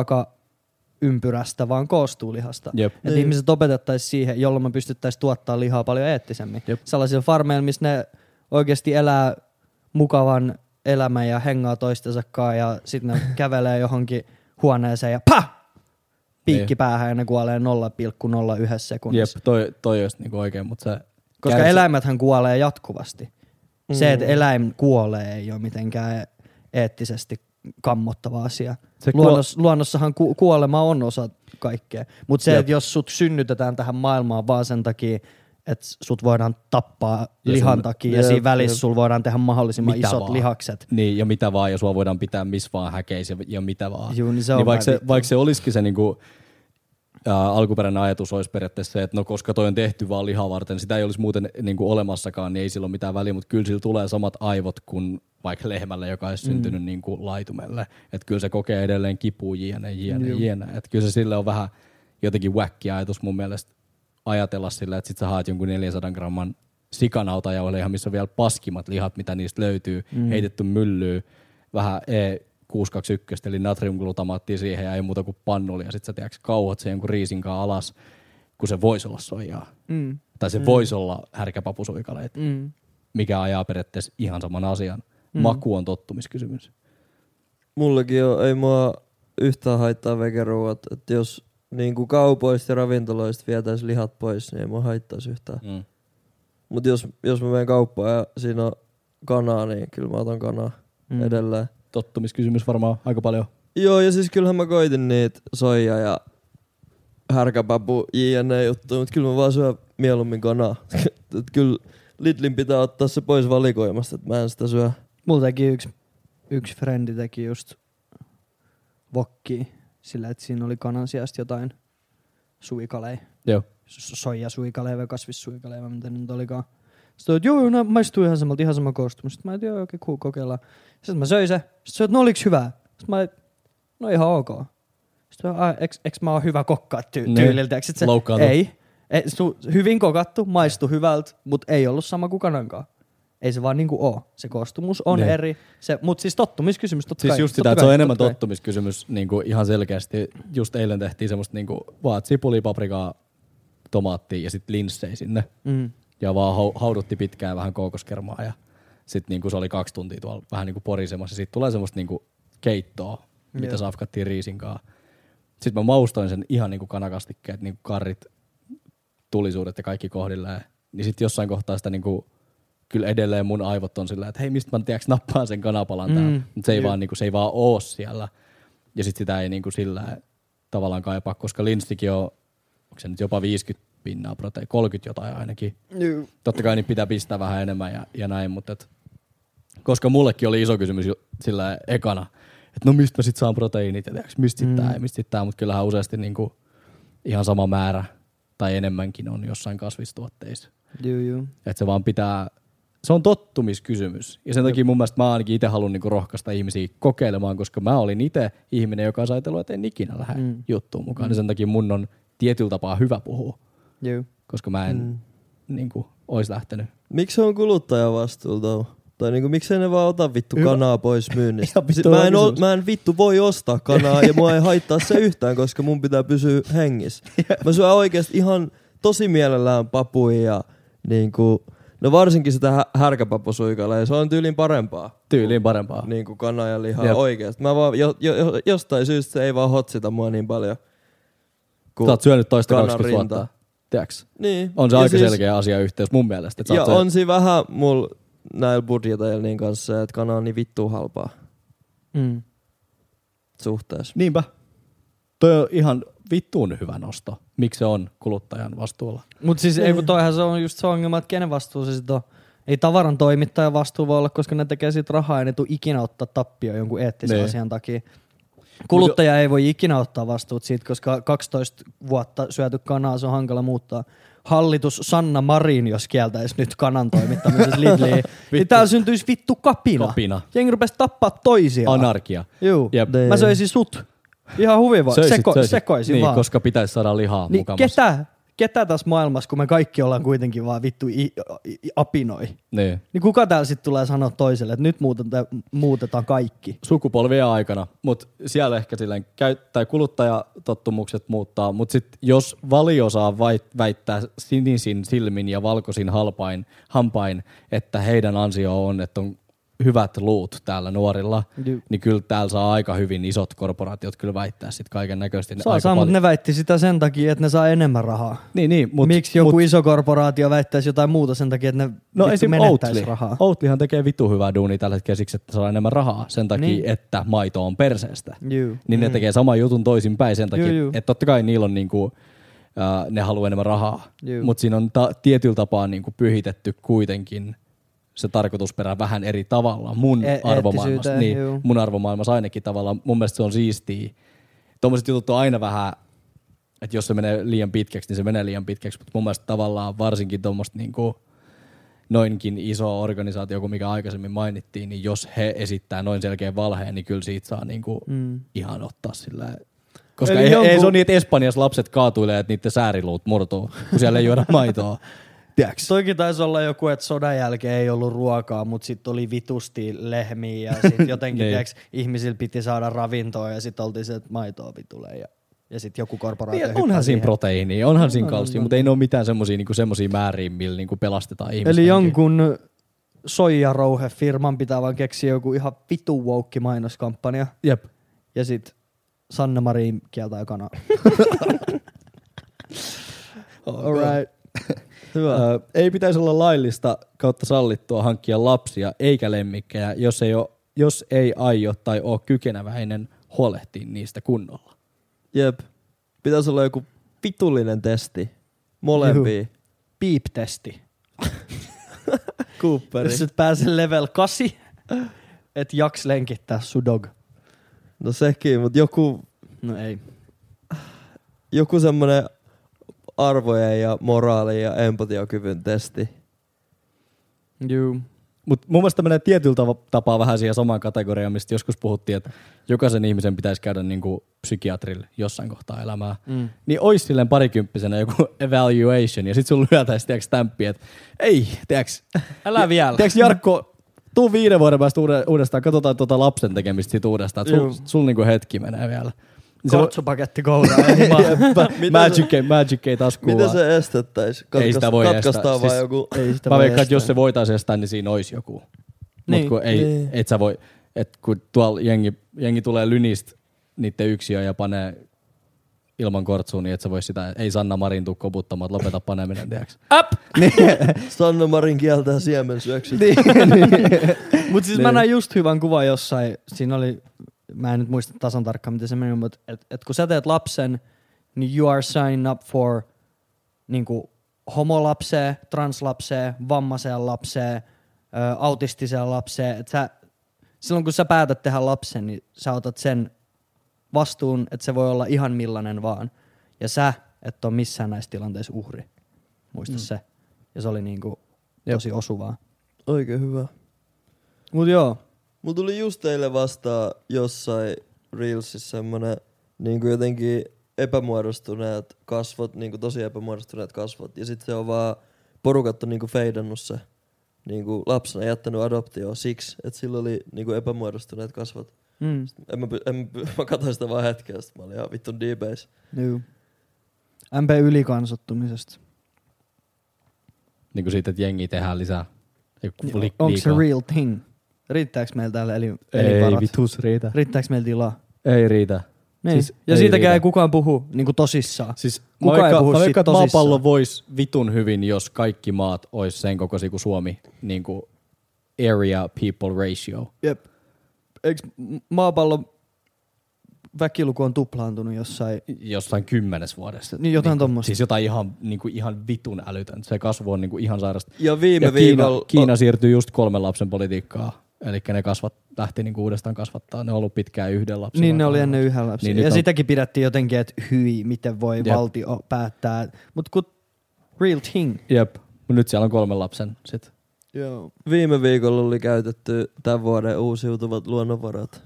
ruokaympyrästä vaan koostuu lihasta. Jep. Että ihmiset opetettaisiin siihen, jolloin me pystyttäisiin tuottaa lihaa paljon eettisemmin. Jep. Sellaisilla farmeilla, missä ne oikeasti elää mukavan elämän ja hengaa toistensa kanssa ja sitten ne kävelee johonkin huoneeseen ja pah! Piikki päähän ja ne kuolee nolla pilkku nolla yksi sekunnissa. Jep, toi, toi olisi niinku oikein, mutta se... Koska kärsi- eläimethän kuolee jatkuvasti. Mm. Se, että eläin kuolee, ei ole mitenkään eettisesti kammottava asia. Se kuo- Luonnos, luonnossahan ku, kuolema on osa kaikkea. Mutta se, Jep. että jos sut synnytetään tähän maailmaan vaan sen takia, että sut voidaan tappaa Ja lihan sun- takia ja Jep, siinä välissä jep. sulla voidaan tehdä mahdollisimman Mitä isot vaan. lihakset. Niin, ja mitä vaan, ja sua voidaan pitää missä vaan häkeissä ja mitä vaan. Juu, niin se on niin vaikka, vähän se, vittu. vaikka se olisikin se niinku, ää, alkuperäinen ajatus olisi periaatteessa se, että no koska toi on tehty vaan lihaa varten, sitä ei olisi muuten niinku olemassakaan, niin ei sillä ole mitään väliä, mutta kyllä sillä tulee samat aivot kuin vaikka lehmälle, joka olisi syntynyt mm. niinku laitumelle. Että kyllä se kokee edelleen kipua jne, jne, Juu. jne. Että kyllä se sille on vähän jotenkin wacki ajatus mun mielestä ajatella sillä, että sit sä haat jonkun neljänsadan gramman sikanautajaolihan, missä on vielä paskimmat lihat, mitä niistä löytyy, mm. heitetty myllyyn, vähän E kuusi kaksi yksi, eli natriumglutamaattia siihen ja ei muuta kuin pannuli, ja sit sä tiedätkö, kauhot sen jonkun riisinkaan alas, kun se voisi olla soijaa. Mm. Tai se mm. voisi olla härkäpapusuikaleita, Mm. mikä ajaa periaatteessa ihan saman asian. Mm. Maku on tottumiskysymys. Mullakin on, ei mua yhtään haittaa vegeruuat, että jos niin kuin kaupoista ja ravintoloista vietäisi lihat pois, niin ei mua haittaisi yhtään. Mm. Mutta jos, jos mä menen kauppaan ja siinä on kanaa, niin kyllä mä otan kanaa Mm. mm. edelleen. Tottumiskysymys varmaan aika paljon. Joo, ja siis kyllähän mä koitin niitä soija ja härkäpapu jne juttuja, mutta kyllä mä vaan syön mieluummin kanaa. Et kyllä Lidlin pitää ottaa se pois valikoimasta, että mä en sitä syö. Mulla teki yksi, yksi frendi teki just vokkia sillä, että siinä oli kanan sijasta jotain suikaleja. Joo. Soijasuikaleja vai kasvissuikaleja, mitä nyt olikaan. Sitten että joo, joo, nämä maistuu ihan samalta, ihan sama koostumus. Sitten mä että joo, okei, cool, kokeillaan. Sitten mä söin se. Sitten se, että no oliks hyvää? Sitten mä että no ihan ok. Sitten mä, eks, eks mä oon hyvä kokkaa ty- Ne. tyyliltä? Sitten se, Loukkaantu. ei. ei su, hyvin kokattu, maistui hyvältä, mutta ei ollut sama kuin kanankaan. Ei se vaan niinku oo. Se koostumus on Ne. eri. Se, mut siis tottumiskysymys totta Siis kai. just sitä, totta että se on kai, enemmän totta kai. tottumiskysymys niin kuin ihan selkeästi. Just eilen tehtiin semmoista niin kuin vaan sipulia, paprikaa, tomaattia ja sitten linssei sinne. Mm. Ja vaan hau- haudutti pitkään vähän kookoskermaa ja sitten niinku se oli kaksi tuntia tuolla vähän niinku porisemassa. Sitten tulee semmoista niinku keittoa, mitä Joo. safkattiin riisinkaan. Sitten mä maustoin sen ihan niinku kanakastikkeet, niinku karrit, tulisuudet ja kaikki kohdilleen. Niin sitten jossain kohtaa sitä niinku, kyllä edelleen mun aivot on sillä, että hei mistä mä tiedäks nappaan sen kanapalan mm. täällä. Mutta se, ei vaan, niinku, se ei vaan oo siellä. Ja sitten sitä ei niinku sillä tavallaan kaipaa, koska linssikin on, onko se nyt jopa viisikymmentä pinnaa proteiini, kolmekymmentä jotain ainakin. Joo. Totta kai niin pitää pistää vähän enemmän ja, ja näin, mutta et, koska mullekin oli iso kysymys ju- sillä ekana, että no mistä mä sit saan proteiinit ja tiiäks, mistä sit Mm. tää ja mistä sit tää, mutta kyllähän useasti niinku ihan sama määrä tai enemmänkin on jossain kasvistuotteissa. Joo, joo. Että se vaan pitää, se on tottumiskysymys. Ja sen takia mun mielestä mä ainakin itse haluan niinku rohkaista ihmisiä kokeilemaan, koska mä olin itse ihminen, joka olisi ajatellut, että en ikinä lähde Mm. juttuun mukaan. Mm. Ja sen takia mun on tietyllä tapaa hyvä puhua, Joo. koska mä en Mm. niinku ois lähtenyt. Miksi se on kuluttajan vastuulta? Tai niinku, miksei ne vaan ota vittu Hyvä. kanaa pois myynnistä? Ihan vittu mä, en hyvä o, kysymys. mä en vittu voi ostaa kanaa ja mua ei haittaa se yhtään, koska mun pitää pysyä hengissä. Mä syön oikeesti ihan tosi mielellään papuja ja niinku, no varsinkin sitä hä- härkäpapusuikaleja, se on tyylin parempaa. Tyyliin parempaa. Niinku kana ja liha Jep. oikeesti. Mä vaan, jo, jo, jo, jostain syystä se ei vaan hotsita mua niin paljon. Sä oot syönyt toista kanan kaksikymmentä rintaa. vuotta. Tiedätkö? Niin. On se Ja aika siis- selkeä asia yhteys mun mielestä. Että sä Ja oot se- on siinä vähän mul näillä budjeteilla niin kanssa, että kana on niin vittu halpaa Mm. suhteessa. Niinpä. Toi on ihan vittuun hyvä nosto. Miksi se on kuluttajan vastuulla? Mut siis ei kun toihan se on just se ongelma, että kenen vastuu se sit on. Ei tavaran toimittajan vastuu voi olla, koska ne tekee siitä rahaa ja ne tuu ikinä ottaa tappio jonkun eettisen Ne. asian takia. Kuluttaja ei voi ikinä ottaa vastuut siitä, koska kaksitoista vuotta syöty kanaa, se on hankala muuttaa. Hallitus Sanna Marin, jos kieltäisi nyt kanan toimittamisessa Lidliin, niin täällä syntyisi vittu kapina. Kapina. Jengi rupesi tappaa toisiaan. Anarkia. Juu. Jep. Mä söisin sut. Ihan huvin vaan. Söisit, Seko, söisit. sekoisin niin, vaan. koska pitäisi saada lihaa Niin mukamas. ketä, ketä tässä maailmassa, kun me kaikki ollaan kuitenkin vaan vittu i, i, i, apinoi. Niin. Niin kuka täällä sitten tulee sanoa toiselle, että nyt muutetaan, muutetaan kaikki? Sukupolvien aikana, mutta siellä ehkä silleen käy, tai kuluttajatottumukset muuttaa, mutta sitten jos valio saa vait, väittää sinisin silmin ja valkoisin halpain, hampain, että heidän ansio on, että on hyvät luut täällä nuorilla, Juu. niin kyllä täällä saa aika hyvin isot korporaatiot kyllä väittää sitten kaiken näköisesti. Saa, saa mutta ne väitti sitä sen takia, että ne saa enemmän rahaa. Niin, niin, mut, Miksi joku mut, iso korporaatio väittäisi jotain muuta sen takia, että ne no vittu esim. menettäisi Oatly. rahaa? Oatlyhan tekee vittu hyvää duunia tällä hetkellä siksi, että saa enemmän rahaa sen takia, Niin. että maito on perseestä. Juu. Niin ne Mm. tekee saman jutun toisinpäin sen takia, Juu, juu. että totta kai niillä on niinku, ää, ne haluaa enemmän rahaa. Juu. Mutta siinä on ta- tietyllä tapaa niinku pyhitetty kuitenkin se tarkoitusperä vähän eri tavalla mun E- arvomaailmassa. eettisyyteen, Niin, juu. mun arvomaailmassa ainakin tavallaan. Mun mielestä se on siistiä. Tuommoiset jutut on aina vähän, että jos se menee liian pitkäksi, niin se menee liian pitkäksi. Mutta mun mielestä tavallaan varsinkin tuommoista niinku noinkin iso organisaatio kuin mikä aikaisemmin mainittiin, niin jos he esittää noin selkeän valheen, niin kyllä siitä saa niinku Mm. ihan ottaa sillä. Koska Eli ei, jonkun- ei se ole niin, että Espanjassa lapset kaatuilee, että niiden sääriluut murtuu, kun siellä ei juoda maitoa. Tiedätkö? Toikin taisi olla joku, että sodan jälkeen ei ollut ruokaa, mutta sitten oli vitusti lehmiä ja sitten jotenkin Niin. tiiäks, ihmisillä piti saada ravintoa ja sitten oltiin se, että maitoa vitulee ja, ja sitten joku korporaatio Niin, hyppää onhan siinä siihen. proteiinia, onhan siinä on, kalssia, on. mutta ei ne ole mitään semmosia, niinku, semmosia määriä, millä niinku pelastetaan ihmistä. Eli jonkun soijarouhe-firman pitää vaan keksiä joku ihan vitu woukki mainoskampanja Jep. ja sitten Sanna Marin kieltää kanaa. Alright. Hyvä. Ö, ei pitäisi olla laillista kautta sallittua hankkia lapsia eikä lemmikkejä, jos ei, ole, jos ei aio tai ole kykeneväinen huolehtia niistä kunnolla. Jep. Pitäisi olla joku vitullinen testi. Molempia. Piip-testi. Cooperi. Jos et pääse level kahdeksan, et jaks lenkittää sudog. No sekin, mutta joku, No ei. joku semmonen arvojen ja moraalin ja empatiakyvyn testi. Juu. Mutta mun mielestä menee tietyllä tava- tapaa vähän siihen samaan kategoriaan, mistä joskus puhuttiin, että jokaisen ihmisen pitäisi käydä niinku psykiatrille jossain kohtaa elämää. Mm. Niin ois silleen parikymppisenä joku evaluation, ja sit sun lyötäis tiiäks tämppiä, että ei, tiiäks, Älä vielä. tiiäks Jarkko, tuu viiden vuoden päästä uude- uudestaan, katsotaan tuota lapsen tekemistä sit uudestaan, että sul, Juu. sul niinku hetki menee vielä. Niin se voi- Kortsupaketti kouraan. Jep, Magic ei, Magic ei taskuun. Miten se estettäis? Ei sitä voi katkaistaan estää. vaan Siis- joku... Ei sitä Mä voi veikkaan, että estää. jos se voitaisiin estää, niin siinä olisi joku. Niin. Mutta kun ei, Niin. et sä voi, et kun tuolla jengi, jengi tulee lynistä niiden yksiöön ja panee ilman kortsuun, niin et sä voi sitä, ei Sanna Marin tuu koputtamaan, että lopeta paneminen, tiiäks. Up! Sanna Marin kieltää siemensyöksyt. Niin. Mut siis mä näin just hyvän kuvan jossain, siinä oli, mä en nyt muista tasan tarkkaan miten se meni, mutta et, et kun sä teet lapsen, niin you are signed up for niinku homolapseen, translapseen, vammaiseen lapseen, ö, autistiseen lapseen. Et sä, silloin kun sä päätät tehdä lapsen, niin sä otat sen vastuun, että se voi olla ihan millainen vaan. Ja sä et ole missään näissä tilanteissa uhri. Muista mm. se. Ja se oli niinku tosi osuvaa. Oikein hyvä. Mut joo. Mulla tuli just teille vastaan jossain Reelsissa semmonen niinku jotenkin epämuodostuneet kasvot, niinku tosi epämuodostuneet kasvot. Ja sit se on vaan porukat on niinku feidannut se niinku lapsena jättänyt adoptioon siksi, että sillä oli niinku epämuodostuneet kasvot. Mm. En mä, py- en mä, py- mä katsoin sitä vaan hetkeä, sit mä olin ihan vittun D-base. Juu. M P ylikansottumisesta. Niin kuin siitä, että jengi tehdään lisää. Ei, li- Onko se liikaa. real thing? Riittääks meillä täällä eli, Ei elinvarat? vitus riitä. Riittääks meillä tilaa? Ei riitä. Niin. Siis ja ei siitäkään riitä. ei kukaan puhu niinku tosissaan. Siis Kukaan mä ei veikkaan, puhu mä siitä veikkaan, että tosissaan. maapallo vois vitun hyvin, jos kaikki maat ois sen kokoisia kuin Suomi. Niin kuin area people ratio. Jep. Eiks m- maapallon väkiluku on tuplaantunut jossain? Jossain kymmenes vuodessa. Niin jotain niin tommosta. Siis jotain ihan, niin kuin ihan vitun älytön. Se kasvu on niin kuin ihan sairasta. Ja viime Ja Kiina, viikolla... Kiina siirtyi just kolmen lapsen politiikkaa. Eli ne kasvat, lähti niinku uudestaan kasvattaa. Ne on ollut pitkään yhden lapsen. Niin ne oli vanhemmat. ennen yhden lapsen. Niin Niin nyt ja on- sitäkin pidettiin jotenkin, että hyi, miten voi Jep. valtio päättää. Mut kun real thing. Jep. Mut nyt siellä on kolmen lapsen sit. Joo. Viime viikolla oli käytetty tämän vuoden uusiutuvat luonnonvarat.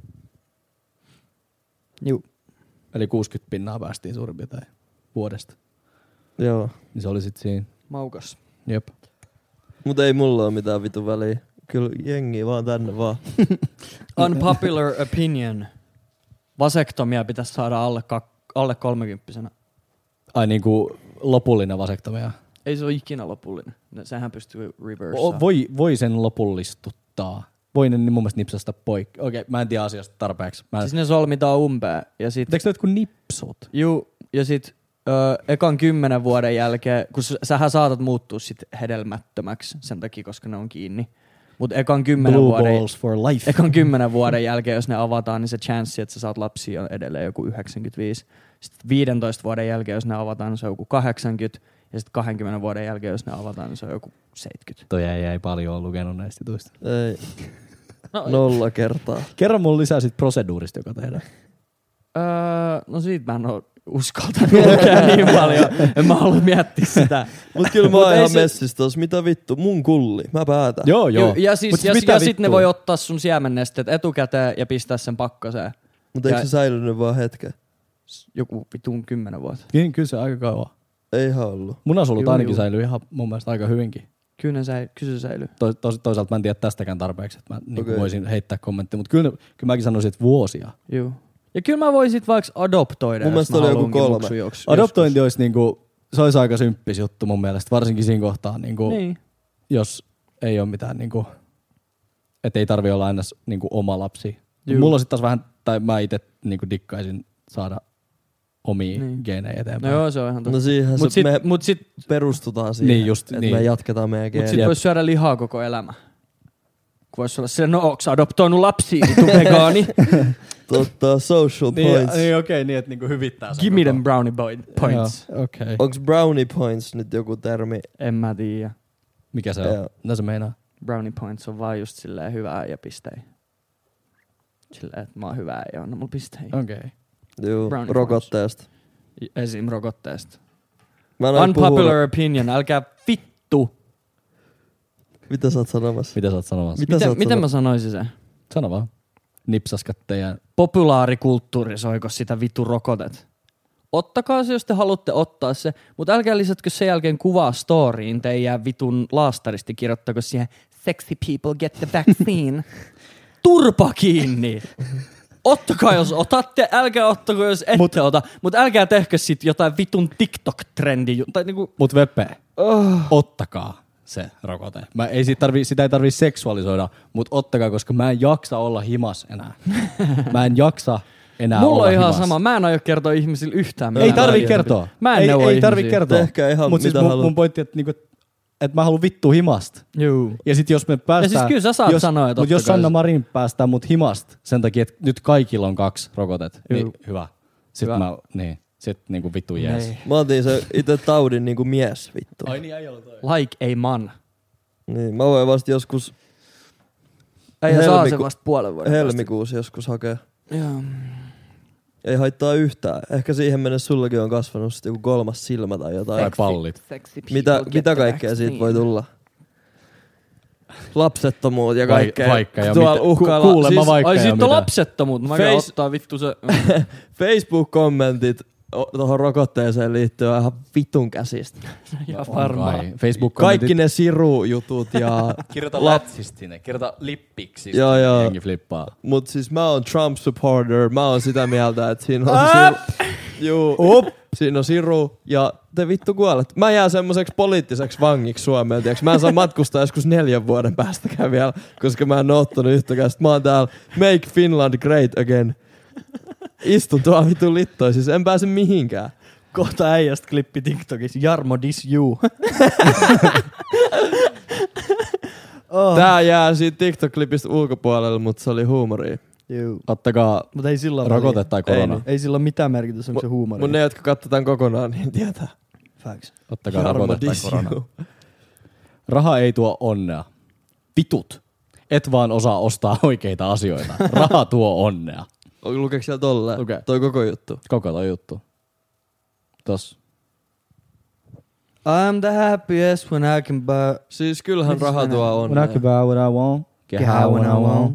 Juu. Eli kuusikymmentä pinnaa päästiin suurin piirtein vuodesta. Joo. Niin se oli sit siinä. Maukas. Jep. Mut ei mulla ole mitään vitun väliä. Kyllä jengi vaan tänne vaan. Unpopular opinion. Vasektomia pitäisi saada alle, kak- alle kolmekymppisenä. Ai niinku lopullinen vasektomia. Ei se ole ikinä lopullinen. Sehän pystyy reversaa. O, voi, voi sen lopullistuttaa. Voi ne mun mielestä nipsasta poikki. Okei, mä en tiedä asiasta tarpeeksi. Mä en... Siis ne solmitaan umpeen. Ja sit, Eikö ne jotkut nipsut? juu, ja sit ö, ekan kymmenen vuoden jälkeen, kun s- sähän saatat muuttua sit hedelmättömäksi sen takia, koska ne on kiinni. Mut ekan kymmenen Blue vuoden, balls for life. ekan kymmenen vuoden jälkeen, jos ne avataan, niin se chanssi, että sä saat lapsia on edelleen joku yhdeksänkymmentäviisi. Sitten viidentoista vuoden jälkeen, jos ne avataan, niin se on joku kahdeksankymmentä. Ja sitten kahdenkymmenen vuoden jälkeen, jos ne avataan, niin se on joku seitsemänkymmentä. Toi ei, ei paljon ole lukenut näistä jutuista. Ei. No, Nolla kertaa. Kerro mulle lisää siitä proseduurista, joka tehdään. Öö, no siitä mä en oo uskaltanut lukea niin paljon. En mä halua miettiä sitä. Mut kyllä mä Mut oon ei ihan se- messissä tos. Mitä vittu? Mun kulli. Mä päätän. Joo, joo. Ja, ja, siis, Mut ja, mitä ja sit ne vittua? voi ottaa sun siemennesteet etukäteen ja pistää sen pakkaseen. Mutta eikö Ja- se säilynyt vaan hetken? Joku vitun kymmenen vuotta. Niin, kyllä se aika kauan. Ei ihan ollut. Munasolut Juu, ainakin juu. säilyy ihan mun mielestä aika hyvinkin. Kyllä, ne säily, kyllä se säilyy. To, to, toisaalta mä en tiedä tästäkään tarpeeksi, että mä niin Okei. voisin heittää kommenttia, mutta kyllä, kyllä mäkin sanoisin, että vuosia. Joo. Ja kyllä mä voisin vaikka adoptoida, Mun jos mielestä mä oli joku haluankin kolme. muksu joks- Adoptointi olisi niinku, se olisi aika symppis juttu mun mielestä, varsinkin siinä kohtaa, niinku, Niin. jos ei ole mitään, niinku, että ei tarvi olla aina niinku, oma lapsi. Juu. Mulla on sitten taas vähän, tai mä itse niinku, dikkaisin saada omia Niin. niin. geenejä No eteenpäin. joo, se on ihan totta. No siihen Mut se, sit, me mut sit, perustutaan siihen, Niin just, että niin. me jatketaan meidän mut geenejä. sit vois syödä lihaa koko elämä. Kun vois olla se, no onks adoptoinut lapsia, vitu vegaani? Totta, social Niin, points. niin okei, niin että niinku hyvittää sen Give me koko- them brownie boy- points. Joo, okei. Okay. Onks brownie points nyt joku termi? En mä tiedä. Mikä se on? Joo. Mitä se meinaa? Brownie points on vaan just silleen hyvää ja pistei. Silleen, että mä oon hyvää ja anna mulla pistei. Okei. Okay. Juu, Brownie rokotteesta. Esim. rokotteesta. Mä en aina Unpopular puhunut- opinion, älkää vittu. Mitä sä oot sanomassa? Mitä sä oot sanomassa? Mitä sä Miten, oot miten sano- mä sanoisin sen? Sano vaan. Nipsaskat teidän. Populaarikulttuurisoiko sitä vitu rokotet? Ottakaa se, jos te haluatte ottaa se, mutta älkää lisätkö sen jälkeen kuvaa storyin teidän vitun laastaristi kirjoittako siihen sexy people get the vaccine. Turpa kiinni! Ottakaa jos otatte, älkää ottako jos ette Mut, ota, mutta älkää tehkö sit jotain vitun TikTok-trendi. Tai niinku, Mut Veppe, oh. ottakaa se rokote. Mä ei siitä tarvi, sitä ei tarvii seksuaalisoida, mutta ottakaa, koska mä en jaksa olla himas enää. Mä en jaksa enää Mulla olla on ihan himas. sama, mä en aio kertoa ihmisille yhtään. Ei mitään. tarvii Mä en- kertoa. Mä en ei, neuvo ei tarvii ihmisiä. kertoa. Tehkää ihan Mut siis mitä mun, haluat. mun pointti, että niinku, et mä haluan vittu himasta. Juu. Ja sit jos me päästään... siis kyllä sä saat jos, sanoa, että Mut jos ottakaa Sanna se. Marin päästää mut himasta sen takia, että nyt kaikilla on kaksi rokotet, Juu. niin hyvä. Sitten Hyvä. mä, niin, sit niinku vittu jees. Ei. Mä otin se itse taudin niinku mies vittu. Ai niin, ei ollut toi. Like a man. Niin, mä voin vasta joskus Ei saa Helmiku- se vasta puolen vuoden helmikuussa joskus hakea. päästä. Joo. Ei haittaa yhtään. Ehkä siihen mennessä sullakin on kasvanut sit joku kolmas silmä tai jotain. Tai pallit. Sexy people Mitä, get mitä the kaikkea vaccine. siitä voi tulla? Lapsettomuut ja Vai- kaikkea. vaikka ja Tuolla mitä- uhkaillaan. ku- kuulemma vaikka Ai ja sit on mitä. lapsettomuut. Mä käyn Face- ottaa vittu se. Facebook-kommentit o- tuohon rokotteeseen liittyen on ihan vitun käsistä. Ja On varmaan. kai. Facebook Kaikki ne sirujutut ja... Kirjoita lätsistä sinne, kirjoita lippiksi. Joo, joo. Jengi flippaa. Mut siis mä oon Trump supporter. Mä oon sitä mieltä, että siinä on siru. Juu. Up. Siinä on siru ja te vittu kuolet. Mä jään semmoiseksi poliittiseksi vangiksi Suomeen, tiiäks. Mä en saa matkustaa joskus neljän vuoden päästäkään vielä, koska mä en oo ottanut yhtäkään. Sit mä oon täällä Make Finland Great Again. Istun tuolla vitun littoin, siis en pääse mihinkään. Kohta äijästä klippi TikTokissa. Jarmo dis you. oh. Tää jää siitä TikTok-klipistä ulkopuolelle, mutta se oli huumoria. Juu. Ottakaa Mut ei sillä ole rokote väliä. tai korona. Ei Ei sillä ole mitään merkitystä, onko se huumori. Mun ne, jotka katsotaan kokonaan, niin tietää. Facts. Ottakaa Jarmo rokote tai dis korona. you. Raha ei tuo onnea. Vitut. Et vaan osaa ostaa oikeita asioita. Raha tuo onnea. Lukeeko siellä tolleen? Lukee. Toi koko juttu. Koko toi juttu. Tos. I'm the happiest when I can buy. Siis kyllähän Mitäs raha menee? tuo When I onnea. can buy what I want. Get high when I want.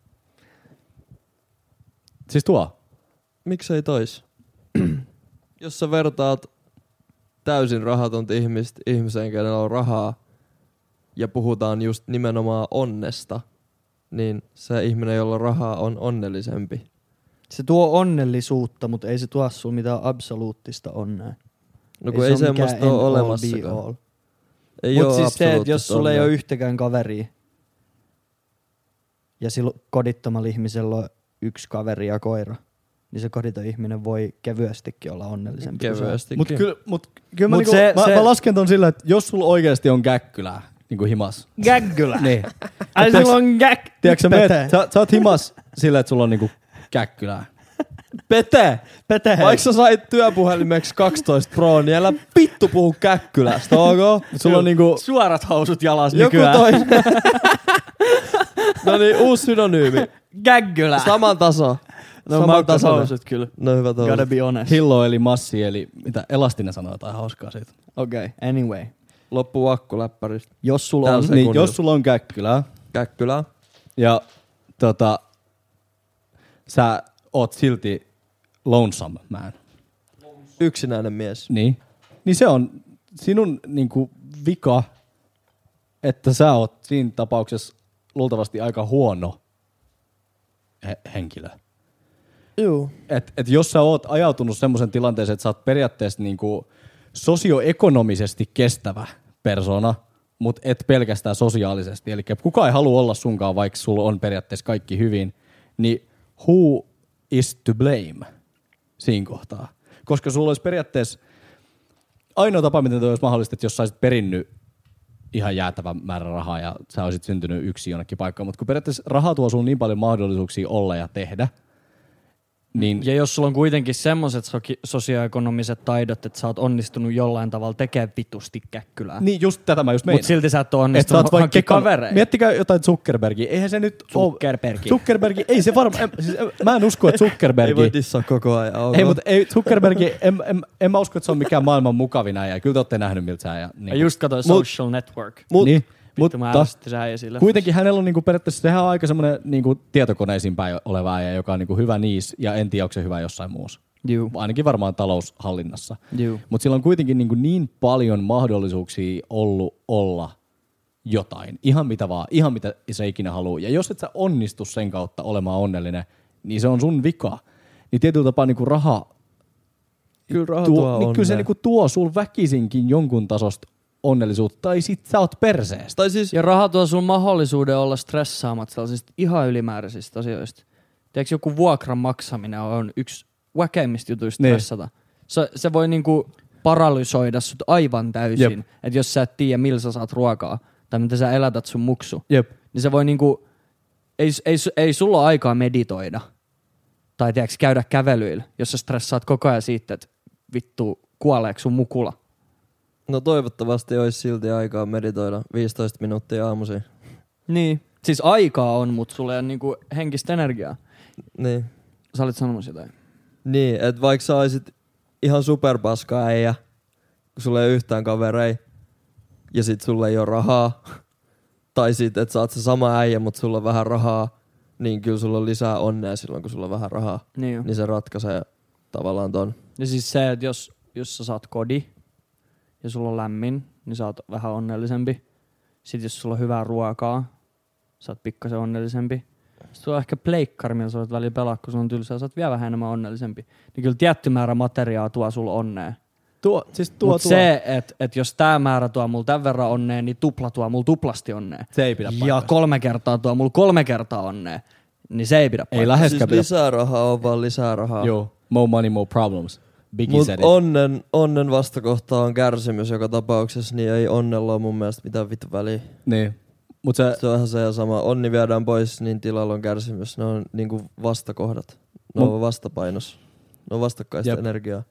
Siis tuo. Miksei tois? Jos sä vertaat täysin rahatonta ihmistä ihmiseen, kenellä on rahaa, ja puhutaan just nimenomaan onnesta, niin se ihminen, jolla on rahaa, on onnellisempi. Se tuo onnellisuutta, mutta ei se tuo sulla mitään absoluuttista onnea. No kun ei, se ole mikään semmoista ole end all, be olemassakaan. all. Ei Mut oo siis se, että jos absoluuttista sulla ei onnea. ole yhtäkään kaveria, ja sillä kodittomalla ihmisellä on yksi kaveri ja koira, niin se koditon ihminen voi kevyestikin olla onnellisempi. kuin se. Kevyesti. Mut kyllä, mut, kyllä mä, Mut niinku, se- mä, se- mä lasken ton sillä, että jos sulla oikeesti on käkkylää, niinku himas. Gäggylä. Niin. Ai Tiedätkö- sulla on gäk... Tiedätkö sä, meet, Pete. sä, sä oot himas sillä, että sulla on niinku käkkylää. Pete! Pete. Vaikka sä sait työpuhelimeksi kaksitoista Pro, niin älä vittu puhu käkkylästä, ok? Sulla on niinku... Suorat housut jalas Joku nykyään. toinen. No niin, uusi synonyymi. Gäggylä. Saman taso. No Saman maukkaat tasoinen. housut kyllä. No hyvä Gotta toinen. be honest. Hillo eli massi, eli mitä elastinen sanoo jotain hauskaa siitä. Okei, okay. Anyway. Loppuu akku läppäristä. Jos sulla Tää on... on se- Niin, Sekunnilla. jos sulla on käkkylää Käkkylää. ja tota, sä oot silti lonesome man, Yksinäinen mies. niin, niin se on sinun niinku vika, että sä oot siinä tapauksessa luultavasti aika huono he- henkilö. Juu. Et, et jos sä oot ajautunut semmoisen tilanteeseen, että sä oot periaatteessa niinku sosioekonomisesti kestävä persona, mutta et pelkästään sosiaalisesti. Eli kukaan ei halua olla sunkaan, vaikka sulla on periaatteessa kaikki hyvin, niin who is to blame siinä kohtaa? Koska sulla olisi periaatteessa ainoa tapa, miten toi olisi mahdollista, että jos sä olisit perinnyt ihan jäätävän määrä rahaa ja sä olisit syntynyt yksi jonnekin paikkaan, mutta kun periaatteessa raha tuo sulla niin paljon mahdollisuuksia olla ja tehdä, niin Ja jos sulla on kuitenkin semmoset soki- sosioekonomiset taidot, että sä oot onnistunut jollain tavalla tekemään vitusti käkkylää. niin just tätä mä just meinaan. Mut silti sä et oo Et sä onnistunut oot vaikka hankkimaan kekannut- kavereita. Miettikää jotain Zuckerbergia. Eihän se nyt oo- Zuckerbergi. Zuckerbergi, ei se varmaan. Siis, mä en usko, että Ei Zuckerbergi... voi dissaa koko ajan. Okay. Ei, mutta ei, Zuckerbergi, en, en, en mä usko, että se on mikään maailman mukavin äijä. Kyllä te ootte nähnyt miltä se äijä. Ja Niin, just katsoin Social Network. Mut, niin, Vittu mä mutta ärsytti se äijä sillä. kuitenkin hänellä on niinku periaatteessa, sehän on aika semmoinen niinku tietokoneisiin päin oleva äijä, joka on niinku hyvä niissä, ja en tiedä, onko se hyvä jossain muussa. Juu. Ainakin varmaan taloushallinnassa. Juu. Mutta sillä on kuitenkin niin, niin paljon mahdollisuuksia ollut olla jotain. Ihan mitä vaan, ihan mitä se ikinä haluaa. Ja jos et sä onnistu sen kautta olemaan onnellinen, niin se on sun vika. Niin tietyllä tapaa niin kuin raha, Kyllä raha tuo, tuo niin kyllä se onnea. niin kuin tuo sul väkisinkin jonkun tasosta onnellisuutta. Tai sit sä oot perseestä. Tai siis, Ja raha tuo sun mahdollisuuden olla stressaamatta sellaisista ihan ylimääräisistä asioista. Tiedätkö, joku vuokran maksaminen on yksi väkeimmistä jutuista Niin. stressata. Se, se voi niinku paralysoida sut aivan täysin. Että jos sä et tiedä, millä sä saat ruokaa tai miten sä elätät sun muksu, Jep. niin se voi niinku, ei, ei, ei sulla ole aikaa meditoida tai tiedätkö, käydä kävelyillä, jos sä stressaat koko ajan siitä, että vittu kuoleeko sun mukula. no toivottavasti olisi silti aikaa meditoida viisitoista minuuttia aamuisin. Niin. Siis aikaa on, mutta sulla ei ole niinku henkistä energiaa. Niin. Sä olit sanomassa jotain. Niin, että vaikka sä olisit ihan superpaska äijä, kun sulla ei ole yhtään kaverei, ja sit sulla ei ole rahaa, tai sit, että sä oot se sama äijä, mutta sulla on vähän rahaa, niin kyllä sulla on lisää onnea silloin, kun sulla on vähän rahaa. Niin jo. Niin se ratkaisee tavallaan ton. Ja siis se, että jos, jos sä saat kodi ja sulla on lämmin, niin sä oot vähän onnellisempi. Sitten jos sulla on hyvää ruokaa, sä oot pikkasen onnellisempi. Sitten sulla on ehkä pleikkari, millä sä voit välillä pelaa, kun sulla on tylsää, sä oot vielä vähän enemmän onnellisempi. Niin kyllä tietty määrä materiaa tuo sulla onnea. Tuo, siis tuo, Mutta tuo. se, että et jos tää määrä tuo mulla tämän verran onnea, niin tupla tuo mulla tuplasti onnea. Se ei pidä Ja paikkaansa. kolme kertaa tuo mulla kolme kertaa onnea. Niin se ei pidä Ei paikkaansa. läheskään Siis pidä. lisää rahaa on vaan lisää rahaa. Joo, more money, more problems. Biggie Mut said it. onnen, onnen vastakohta on kärsimys joka tapauksessa, niin ei onnella ole mun mielestä mitään vittu väliä. Niin. Mut se, Se on ihan se ja sama. Onni viedään pois, niin tilalla on kärsimys. Ne on niinku vastakohdat. Ne Mun- on vastapainos. Ne on vastakkaista Jep. energiaa.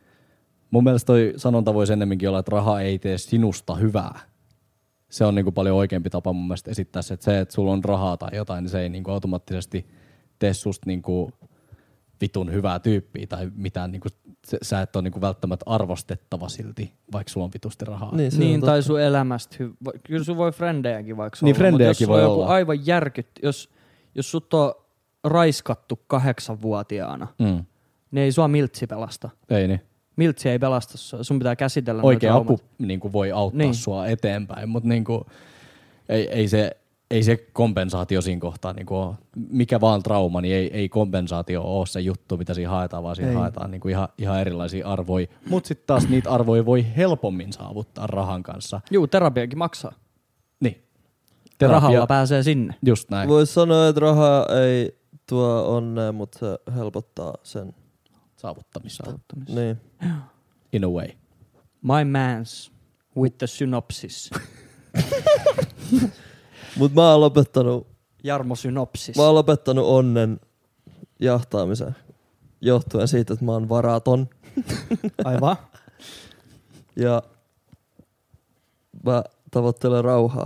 mun mielestä toi sanonta voisi ennemminkin olla, että raha ei tee sinusta hyvää. Se on niinku paljon oikeampi tapa mun mielestä esittää se, että se, että sulla on rahaa tai jotain, niin se ei niinku automaattisesti tee susta niinku vitun hyvää tyyppiä tai mitään. Niinku, se, sä et ole niinku välttämättä arvostettava silti, vaikka sulla on vitusti rahaa. Niin, se Niin, on tai totta. sun elämästä. Hy- va- Kyllä sun voi frendejäkin vaikka Niin, olla, frendejäkin mutta jos voi sulla on joku olla. aivan järkyt, jos, jos sut on raiskattu kahdeksanvuotiaana, Mm. niin ei sua miltsi pelasta. Ei niin. Miltsi ei pelasta sua. Sun pitää käsitellä Oikea noita apu traumat. niinku voi auttaa Niin. sua eteenpäin, mutta niinku, ei, ei, se, ei se kompensaatio siinä kohtaa niinku ole. Mikä vaan trauma, niin ei, ei kompensaatio ole se juttu, mitä siinä haetaan, vaan siinä Ei. haetaan niinku ihan, ihan erilaisia arvoja. Mutta sitten taas niitä arvoja voi helpommin saavuttaa rahan kanssa. Juu, terapiakin maksaa. Niin. Rahalla pääsee sinne. Just näin. Voisi sanoa, että raha ei tuo onnea, mutta se helpottaa sen. Saavuttamista. Niin. In a way. My man's with the synopsis. Mut mä oon lopettanut, Jarmo Synopsis. mä oon lopettanut onnen jahtaamisen johtuen siitä, että mä oon varaton. Aivan. Ja mä tavoittelen rauhaa.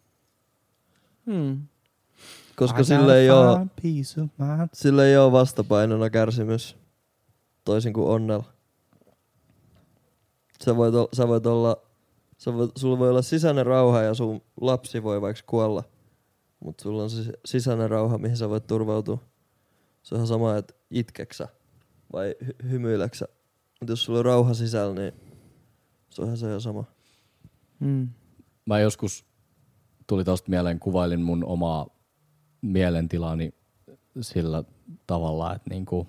Hmm. Koska sille ei, oo, sille ei oo vastapainona kärsimys. Toisin kuin onnella. Sä voit, olla, sä voit olla, sä voit, sulla voi olla sisäinen rauha ja sun lapsi voi vaikka kuolla. Mutta sulla on se sisäinen rauha, mihin sä voit turvautua. Se on ihan sama, että itkeksä vai hy- hymyileksä. Mutta jos sulla on rauha sisällä, niin se on ihan se jo sama. Hmm. Mä joskus tuli tosta mieleen, kuvailin mun omaa mielentilaani sillä tavalla, että niinku,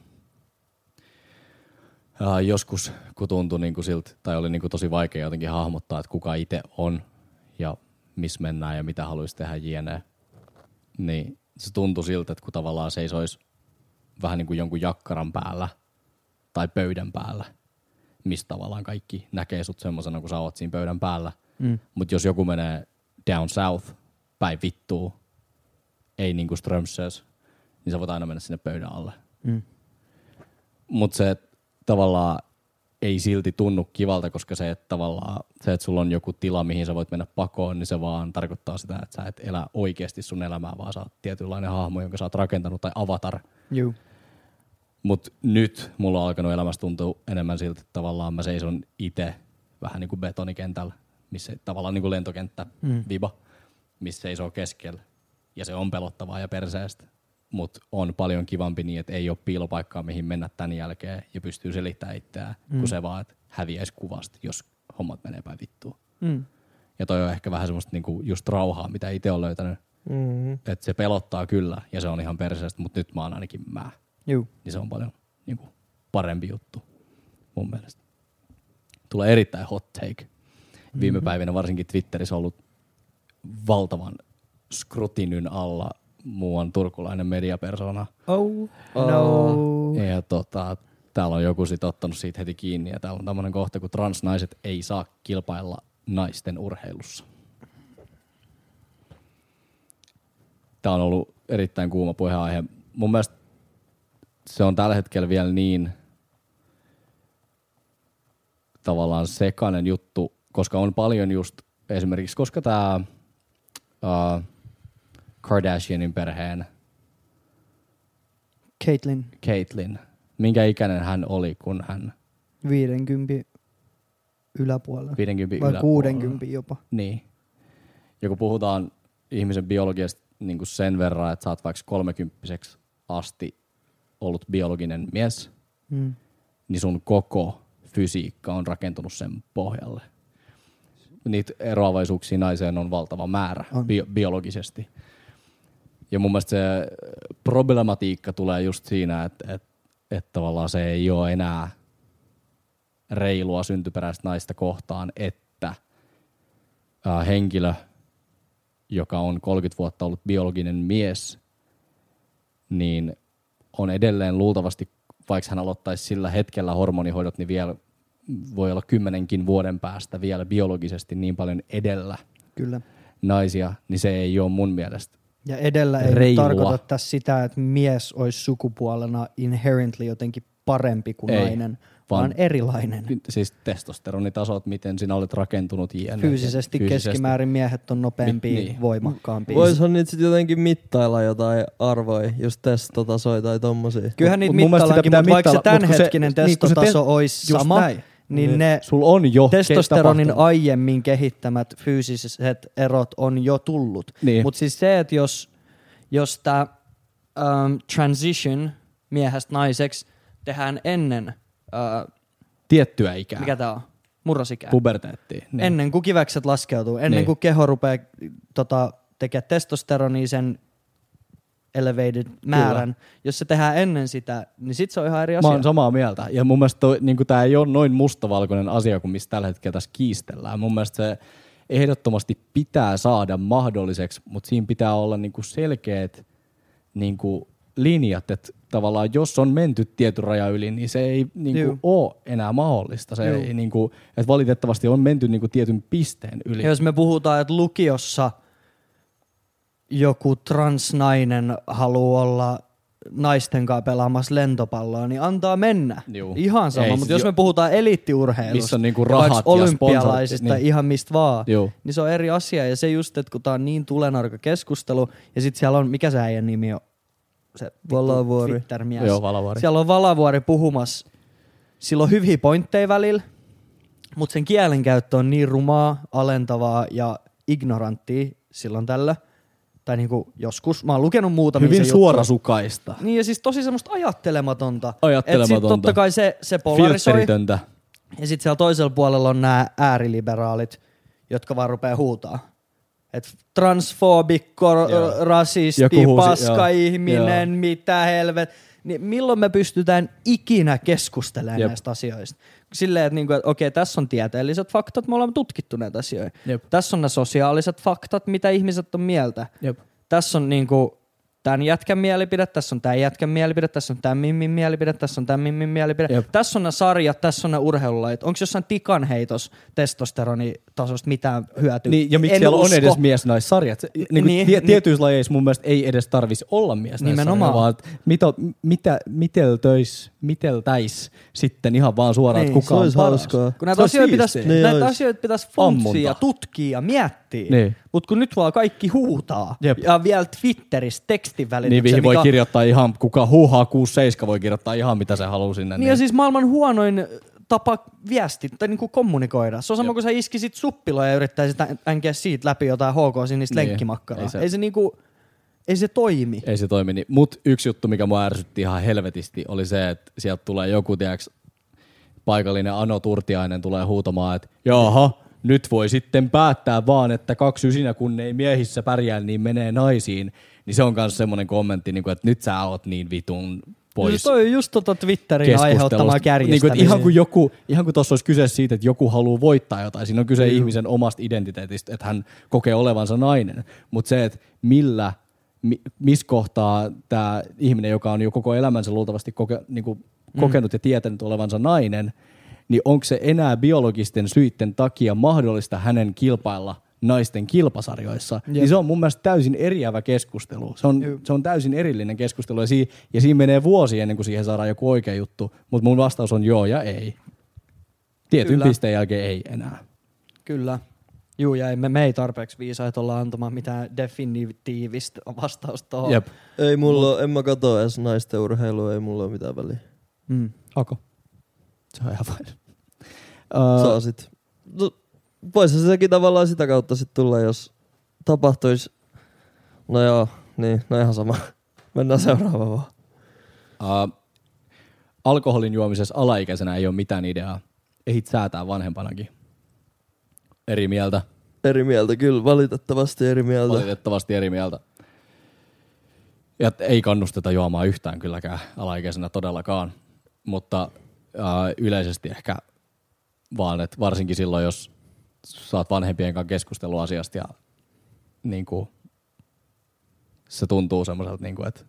ää, joskus kun tuntui niinku siltä, tai oli niinku tosi vaikea jotenkin hahmottaa, että kuka itse on ja missä mennään ja mitä haluaisi tehdä jne. Niin se tuntui siltä, että kun tavallaan seisoisi vähän niin kuin jonkun jakkaran päällä tai pöydän päällä, mistä tavallaan kaikki näkee sut semmosena, kun sä oot siinä pöydän päällä. Mm. Mutta jos joku menee down south, päin vittuu, ei niinku Strömsös, niin sä voit aina mennä sinne pöydän alle. Mm. Mutta se tavallaan ei silti tunnu kivalta, koska se, että tavallaan se, että sulla on joku tila, mihin sä voit mennä pakoon, niin se vaan tarkoittaa sitä, että sä et elä oikeasti sun elämää, vaan sä oot tietynlainen hahmo, jonka sä oot rakentanut, tai avatar. Juu. Mut nyt mulla on alkanut elämässä tuntua enemmän siltä, että tavallaan mä seison itse vähän niin kuin betonikentällä, missä tavallaan niin kuin lentokenttä, mm. viba, missä seisoo keskellä. Ja se on pelottavaa ja perseestä, mutta on paljon kivampi niin, että ei ole piilopaikkaa, mihin mennä tämän jälkeen ja pystyy selittämään itseään, mm. kun se vaan, että häviäisi kuvasta, jos hommat menee päin vittuun. Mm. Ja toi on ehkä vähän semmoista niinku just rauhaa, mitä itse olen löytänyt. Mm-hmm. Että se pelottaa kyllä ja se on ihan perseestä, mutta nyt mä oon ainakin mä. Juu. Niin se on paljon niinku parempi juttu mun mielestä. Tulee erittäin hot take. Viime mm-hmm. päivinä varsinkin Twitterissä on ollut valtavan skrutinyn alla muuan turkulainen mediapersona. Oh, no. Ja tota, täällä on joku sit ottanut siitä heti kiinni ja täällä on tämmönen kohta, kun transnaiset ei saa kilpailla naisten urheilussa. Tää on ollut erittäin kuuma puheenaihe. Mun mielestä se on tällä hetkellä vielä niin tavallaan sekainen juttu, koska on paljon just esimerkiksi, koska tää uh, Kardashianin perheen Caitlyn. Caitlyn. Minkä ikäinen hän oli, kun hän... viisikymmentä yläpuolella. viisikymmentä vai yläpuolella. kuusikymmentä jopa. Niin. Ja kun puhutaan ihmisen biologiasta niin kuin sen verran, että sä oot vaikka kolmekymppiseksi asti ollut biologinen mies, hmm. niin sun koko fysiikka on rakentunut sen pohjalle. Niitä eroavaisuuksia naiseen on valtava määrä bi- biologisesti. Ja mun mielestä se problematiikka tulee just siinä, että, että, että tavallaan se ei ole enää reilua syntyperäistä naista kohtaan, että ää, henkilö, joka on kolmekymmentä vuotta ollut biologinen mies, niin on edelleen luultavasti, vaikka hän aloittaisi sillä hetkellä hormonihoidot, niin vielä voi olla kymmenenkin vuoden päästä vielä biologisesti niin paljon edellä Kyllä. naisia, niin se ei ole mun mielestä ja edellä ei reilua. Tarkoita sitä, että mies olisi sukupuolena inherently jotenkin parempi kuin ei, nainen, vaan, vaan erilainen. Siis testosteronitasot, miten sinä olet rakentunut jne. Fyysisesti, Fyysisesti keskimäärin miehet on nopeampia, Mi- niin. voimakkaampia. Voisihan niitä sitten jotenkin mittailla jotain arvoja, just testotasoja tai tommosia. Kyllähän niitä mittaillaankin, mutta vaikka se tämänhetkinen se, testotaso niin, te- olisi sama, näin. Niin ne Sul on jo testosteronin aiemmin kehittämät fyysiset erot on jo tullut. Niin. Mutta siis se, että jos, jos tämä um, transition miehestä naiseksi tehdään ennen uh, tiettyä ikää. Mikä tää on? Murrosikää. Puberteettiin. Niin. Ennen kuin kivekset laskeutuu, ennen niin. kuin keho rupeaa tota, tekemään testosteronia sen elevated määrän. Kyllä. Jos se tehdään ennen sitä, niin sit se on ihan eri asia. Mä oon samaa mieltä. Ja mun mielestä niin tää ei ole noin mustavalkoinen asia kuin mistä tällä hetkellä tässä kiistellään. Mun mielestä se ehdottomasti pitää saada mahdolliseksi, mutta siinä pitää olla niin kuin selkeät niin kuin linjat, että tavallaan jos on menty tietyn raja yli, niin se ei niinku ole enää mahdollista. Se ei, niinku, että valitettavasti on menty niinku tietyn pisteen yli. Ja jos me puhutaan, että lukiossa joku transnainen haluaa olla naisten kanssa pelaamassa lentopalloa, niin antaa mennä. Juu. Ihan sama, mutta jos me puhutaan eliittiurheilusta, missä on niinku rahat ja olympialaisista, niin. ihan mistä vaan, Juu. niin se on eri asia. Ja se just, että kun tää on niin tulenarka keskustelu, ja sit siellä on, mikä se äijän nimi on? Se Valavuori. Twitter-mies. Joo, Valavuori. Siellä on Valavuori puhumassa. Sillä on hyviä pointteja välillä, mutta sen kielenkäyttö on niin rumaa, alentavaa ja ignoranttia silloin tällä. Tai niinku joskus. Mä oon lukenut muutamia. Hyvin suorasukaista. Niin ja siis tosi semmoista ajattelematonta. Ajattelematonta. Et sit totta kai se, se polarisoi. Filteritöntä. Ja sit siellä toisella puolella on nämä ääriliberaalit, jotka vaan rupeaa huutaa. Et transfoobikko, Joo. rasisti, Joku huusi, paska joo. ihminen, Joo. mitä helvet. Niin milloin me pystytään ikinä keskustelemaan Jep. näistä asioista? Silleen, että niinku, et, okei, tässä on tieteelliset faktat, me ollaan tutkittu näitä asioita. Jep. Tässä on ne sosiaaliset faktat, mitä ihmiset on mieltä. Jep. Tässä on niinku tämän jätkän mielipide, tässä on tämän jätkän mielipide, tässä on tämän mimmin mielipide, tässä on tämän mimmin mielipide. Jep. Tässä on ne sarjat, tässä on ne urheilulajit. Onko jossain tikanheitos testosteronitasosta mitään hyötyä? Niin, ja miksi En siellä usko. on edes mies-naissarjat? Niin, niin, Niin, tie, niin. tietyissä lajeissa mun mielestä ei edes tarvisi olla mies-naissarjaa, Nimenomaan. vaan että mito, mitä, miteltöis, miteltäis sitten ihan vaan suoraan, Niin, että kuka se on olisi paras. hauskaa. Kun näitä Se olisi asioita pitäisi, siistiä. Niin näitä olisi. asioita pitäisi Ammunta. funtsia, tutkia ja miettiä. Niin. Mutta kun nyt vaan kaikki huutaa. Jep. Ja vielä Twitterissä tekstin välityksellä. Niin mihin voi mikä- kirjoittaa ihan, kuka huuhaa kuusi seitsemän voi kirjoittaa ihan mitä se haluaa sinne. Niin ja siis maailman huonoin tapa viestiä tai niinku kommunikoida. Se on sama kuin sä iskisit suppiloja ja yrittäisit änkeä siitä läpi jotain H K-sinistä Niin. lenkkimakkaraa. Ei Ei se- se, ei se niinku, ei se toimi. Ei se toimi. Niin. Mut yksi juttu, mikä mua ärsytti ihan helvetisti, oli se, että sieltä tulee joku, tiiäks, paikallinen Ano Turtiainen tulee huutamaan, että jaha, nyt voi sitten päättää vaan, että kaksi ysinä, kun ei miehissä pärjää, niin menee naisiin. Niin se on myös semmoinen kommentti, niin kuin, että nyt sä oot niin vitun pois No toi on just tota Twitterin keskustelusta. aiheuttamaa Niin kuin, kärjistämistä. että ihan kuin joku, ihan kuin tuossa olisi kyse siitä, että joku haluaa voittaa jotain. Siinä on kyse Juu. ihmisen omasta identiteetistä, että hän kokee olevansa nainen. Mutta se, että millä, mi, missä kohtaa tämä ihminen, joka on jo koko elämänsä luultavasti koke, niin kuin Mm. kokenut ja tietänyt olevansa nainen, niin onko se enää biologisten syitten takia mahdollista hänen kilpailla naisten kilpasarjoissa, Jep. niin se on mun mielestä täysin eriävä keskustelu. Se on, Juu. se on täysin erillinen keskustelu ja, si- ja siinä menee vuosi ennen kuin siihen saadaan joku oikea juttu, mutta mun vastaus on joo ja ei. Tietyn Kyllä. pisteen jälkeen ei enää. Kyllä. Juu, ja me, me ei tarpeeksi viisaita olla antamaan mitään definitiivistä vastausta tuohon. Jep. Ei mulla ole, en mä katso edes naisten urheilua, ei mulla ole mitään väliä. Mm. Ako? Se on ihan vain. Saa Uh, sit. No, voisi sekin tavallaan sitä kautta sit tulla, jos tapahtuisi. No joo, niin, no ihan sama. Mennään seuraavaan vaan. uh, alkoholin juomisessa alaikäisenä ei ole mitään ideaa. Ehit säätää vanhempanakin. Eri mieltä. Eri mieltä, kyllä, valitettavasti eri mieltä. Valitettavasti eri mieltä. Ja ei kannusteta juomaan yhtään kylläkään alaikäisenä todellakaan. Mutta uh, yleisesti ehkä vaan, että varsinkin silloin, jos saat vanhempien kanssa keskustelua asiasta ja niin kuin, se tuntuu semmoiselta, niin kuin, että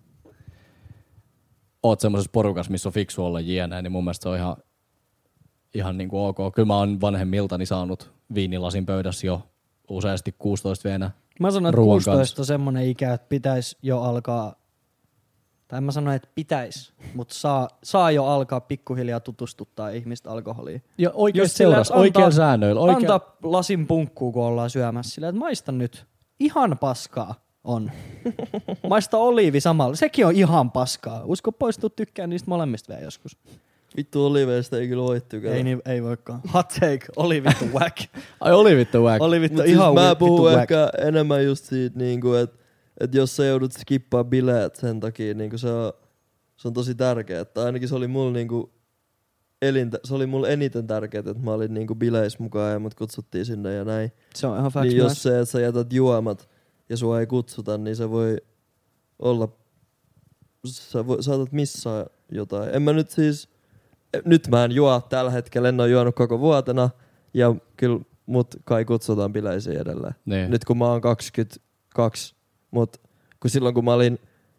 oot semmoisessa porukassa, missä on fiksu olla jne, niin mun mielestä se on ihan, ihan niin kuin ok. Kyllä mä oon vanhemmiltani saanut viinilasin pöydässä jo useasti kuusitoista vuotta. Mä sanon, että Ruoan kuusitoista on semmoinen ikä, että pitäisi jo alkaa, tai en mä sano, että pitäisi, mutta saa, saa jo alkaa pikkuhiljaa tutustuttaa ihmistä alkoholiin. Ja oikeassa Just silleen, seurassa, että oikealla antaa- säännöillä. Oikea... Antaa lasin punkkuu, kun ollaan syömässä. Silleen, että maista nyt. Ihan paskaa on. Maista oliivi samalla. Sekin on ihan paskaa. Usko pois, tuu tykkään niistä molemmista vielä joskus. Vittu oliveista ei kyllä voi tykätä. Ei, niin, ei voikaan. Hot take. Oli vittu whack. Ai oli vittu whack. Oli vittu Mut ihan siis mä vittu puhun whack. ehkä enemmän just siitä, niinku, että et jos sä joudut skippaa bileet sen takia, niinku se, on, se on tosi tärkeää. Tai ainakin se oli mulla niinku elintä, se oli mulla eniten tärkeää, että mä olin niinku bileissä mukaan ja mut kutsuttiin sinne ja näin. Se on ihan facts Niin jos myös. se, että sä jätät juomat ja sua ei kutsuta, niin se voi olla, sä voi, saatat missaa jotain. En mä nyt siis, nyt mä en juo tällä hetkellä, en ole juonut koko vuotena ja kyllä mut kai kutsutaan bileisiin edelleen. Niin. Nyt kun mä oon kaksikymmentäkaksi, mut kun silloin kun mä olin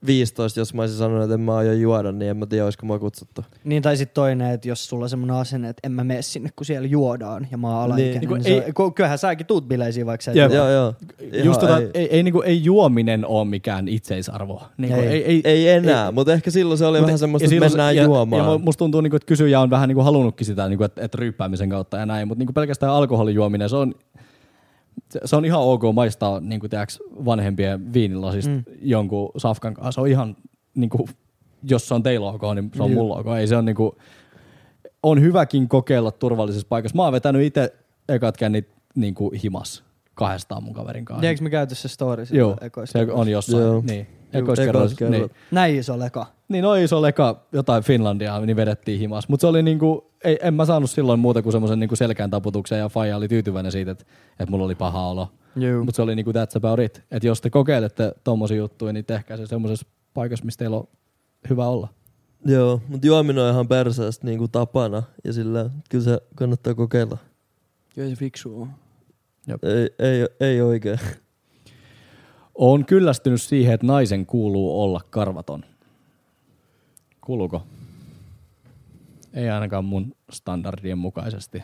viisitoista, jos mä olisin sanonut, että en mä aio juoda, niin en mä tiedä, olisiko mua kutsuttu. Niin tai sitten toinen, että jos sulla on semmoinen asenne, että en mä mene sinne, kun siellä juodaan ja mä oon alaikäinen. Niin. Niin, Niin niin ei, kyllähän säkin tuut bileisiin, vaikka sä et Jep. juo. Joo, joo. Just tota, ei, ei, ei, niinku, ei juominen ole mikään itseisarvo. Niinku, Ei. ei, ei, ei enää, mutta ehkä silloin se oli Mut vähän ja semmoista, että silloin se- mennään ja, juomaan. Ja musta tuntuu, niinku, että kysyjä on vähän niinku halunnutkin sitä, niinku, että et ryyppäämisen kautta ja näin, mutta niinku pelkästään alkoholijuominen, se on, se, se on ihan ok maistaa niinku, tiiäks, vanhempien viinilasista mm. jonkun safkan kanssa. Se on ihan, niinku, jos se on teillä ok, niin se on Joo. mulla ok. Ei se on, niinku, on hyväkin kokeilla turvallisessa paikassa. Mä oon vetänyt itse ekat kännit niinku, himas kahdestaan mun kaverin kanssa. Tiedätkö me käyty se story? Joo, ekoista? se on jossain. Joo. Niin. Joo, Ekois ekat kerrois, kerrot. niin. Näin iso leka. Niin no iso leka jotain Finlandia, niin vedettiin himas. Mutta se oli niinku, ei, en mä saanut silloin muuta kuin semmoisen niinku selkään taputuksen ja faija oli tyytyväinen siitä, että et mulla oli paha olo. Joo. Mutta se oli niinku that's about it. Että jos te kokeilette tommosia juttuja, niin tehkää se semmoisessa paikassa, missä teillä on hyvä olla. Joo, mutta juominen on ihan perseestä niinku tapana ja sillä kyllä se kannattaa kokeilla. Joo, se fiksu on. Ei, ei, ei oikein. Oon kyllästynyt siihen, että naisen kuuluu olla karvaton. Kuuluuko? Ei ainakaan mun standardien mukaisesti.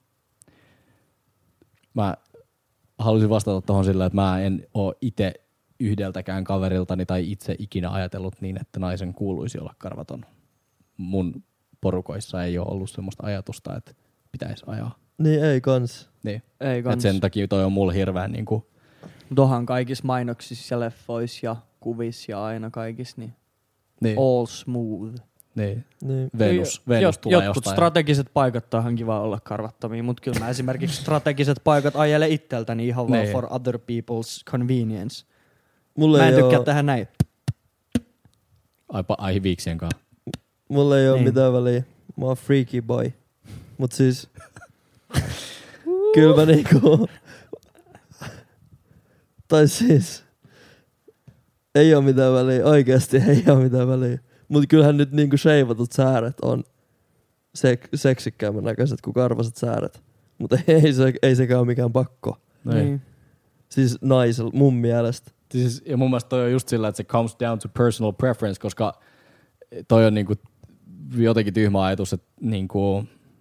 Mä haluaisin vastata tuohon sillä, että mä en oo itse yhdeltäkään kaveriltani tai itse ikinä ajatellut niin, että naisen kuuluisi olla karvaton. Mun porukoissa ei ole ollut semmoista ajatusta, että pitäisi ajaa. Niin ei kans. Niin. Ei Et kans. sen takia toi on mulla hirveän niinku... Tohan kaikissa mainoksissa ja leffoissa ja kuvissa ja aina kaikissa, niin Niin, all smooth. niin. Niin. Venus, Venus Jot, tulee jotkut jostain. strategiset paikat on ihan kiva olla karvattomia, mutta kyllä mä esimerkiksi strategiset paikat ajele itseltäni ihan vaan Niin. for other people's convenience. Mulla Mä en ei tykkää oo, tehdä näin. Ai, pa- ai viiksien kanssa. mulla ei oo Niin. mitään väliä. Mä oon freaky boy. Mut siis... kyllä mä niinku... tai siis... Ei oo mitään väliä. Oikeesti ei oo mitään väliä. Mut kyllähän nyt niinku sheivatut sääret on sek- seksikkäämmän näköiset kuin karvaset sääret. Mut ei, se, ei sekään oo mikään pakko. Niin. Siis naisella, mun mielestä. Siis, ja mun mielestä toi on just sillä, että se comes down to personal preference, koska toi on niinku jotenkin tyhmä ajatus, että niinku,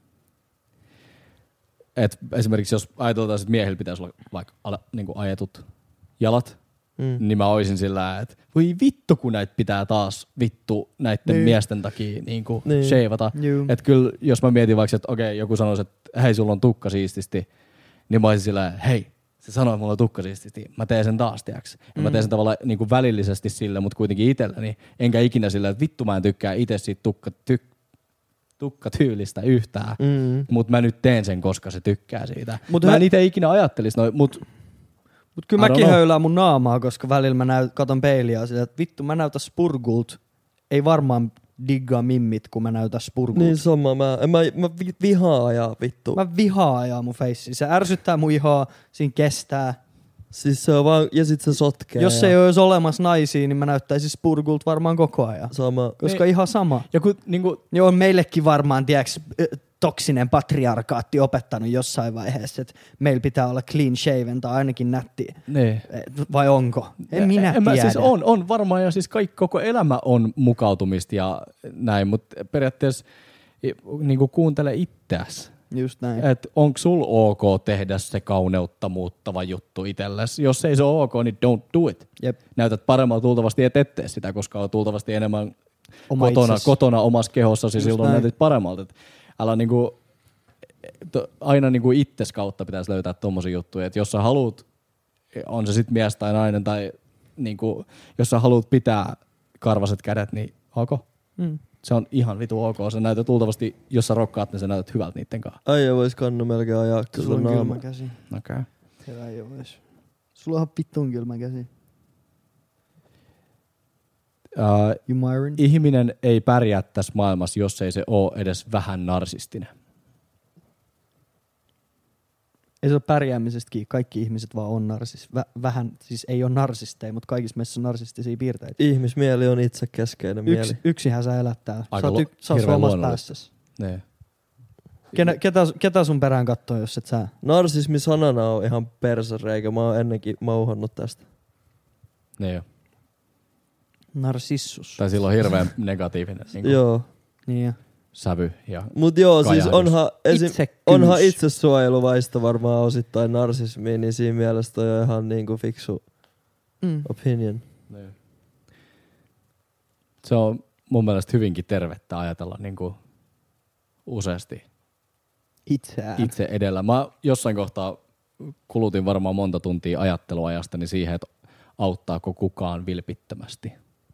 et esimerkiksi jos ajatellaan, että miehillä pitäisi olla vaikka ala, niinku ajetut jalat, Mm. niin mä oisin sillä, että voi vittu kun näitä pitää taas vittu näiden Niin. miesten takia niinku Niin. sheivata. Juu. Että kyllä jos mä mietin vaikka, että okei joku sanoisi, että hei sulla on tukka siististi, niin mä olisin sillä, hei se sanoi, että mulla on tukka siististi, mä teen sen taas, tiiäks. Ja mä teen sen tavallaan niin kuin välillisesti sille, mutta kuitenkin itselläni. Enkä ikinä sillä, että vittu mä en tykkää itse siitä tukka, tyk, tukkatyylistä yhtään. Mm. Mutta mä nyt teen sen, koska se tykkää siitä. Mut mä hä- en itse ikinä ajattelisi noin, mutta Mut kyllä I don't mäkin know. höylään mun naamaa, koska välillä mä näyt, katon peiliä ja sillä, että vittu mä näytän spurgult. Ei varmaan diggaa mimmit, kun mä näytän spurgult. Niin sama. Mä, mä, mä vi- vihaa ajaa vittu. Mä vihaan ajaa mun feissiin. Se ärsyttää mun ihoa, siinä kestää. Siis se on vaan, ja sit se sotkee. Jos ja ei ole olemassa naisia, niin mä näyttäisin spurgult varmaan koko ajan. Sama. Koska Niin. ihan sama. ja kun niinku, Joo, on meillekin varmaan, tiedäks, toksinen patriarkaatti opettanut jossain vaiheessa, että meillä pitää olla clean shaven tai ainakin nätti. niin. Vai onko? En minä en mä, tiedä. siis on, on varmaan ja siis kaikki, koko elämä on mukautumista ja näin, mutta periaatteessa niinku kuuntele itseäsi. Just näin. Että onko sul ok tehdä se kauneutta muuttava juttu itsellesi. Jos ei se ole ok, niin don't do it. Jep. Näytät paremmalta tultavasti, et ettee sitä, koska on tultavasti enemmän Oma kotona, itsesi. kotona omassa kehossasi, Just silloin näin. näytät paremmalta. Et älä niinku, to, aina niinku itses kautta pitäisi löytää tommosia juttuja, että jos sä haluut, on se sit mies tai nainen, tai niinku, jos sä haluut pitää karvaset kädet, niin ok. Mm. Se on ihan vitu ok. Sä näytät luultavasti, jos sä rokkaat, niin sä näytät hyvältä niitten kanssa. Äijä vois kannu melkein ajaa Sulla kyllä on naama. kylmä käsi. Okei. Okay. Hyvä ei vois. Sulla on ihan vittun kylmä käsi. Uh, You Myron? ihminen ei pärjää tässä maailmassa, jos ei se ole edes vähän narsistinen. Ei se ole pärjäämisestäkin. Kaikki ihmiset vaan on narsis. Vä- vähän, siis ei ole narsisteja, mutta kaikissa meissä on narsistisia piirteitä. Ihmismieli on itsekeskeinen mieli. Yksi, yksinhän sä elät täällä. Sä Aika oot, lo- y- sä oot hirveän omassa luonnollista. päässäsi. Nee. Ketä, ketä, ketä sun perään kattoo, jos et sä? Narsismi sanana on ihan persareikä. Mä oon ennenkin mauhannut tästä. Nee jo. Narsissus. Tai sillä on hirveän negatiivinen niin Joo. Niin. sävy. Ja Mut joo, kajahdus. siis onhan, esim, Itsekkyys. onhan itsesuojeluvaista varmaan osittain narsismiin, niin siinä mielessä toi on ihan niinku fiksu Mm. opinion. Niin. Se on mun mielestä hyvinkin tervettä ajatella niin kuin useasti Itseään. itse edellä. Mä jossain kohtaa kulutin varmaan monta tuntia ajatteluajastani siihen, että auttaako kukaan vilpittömästi.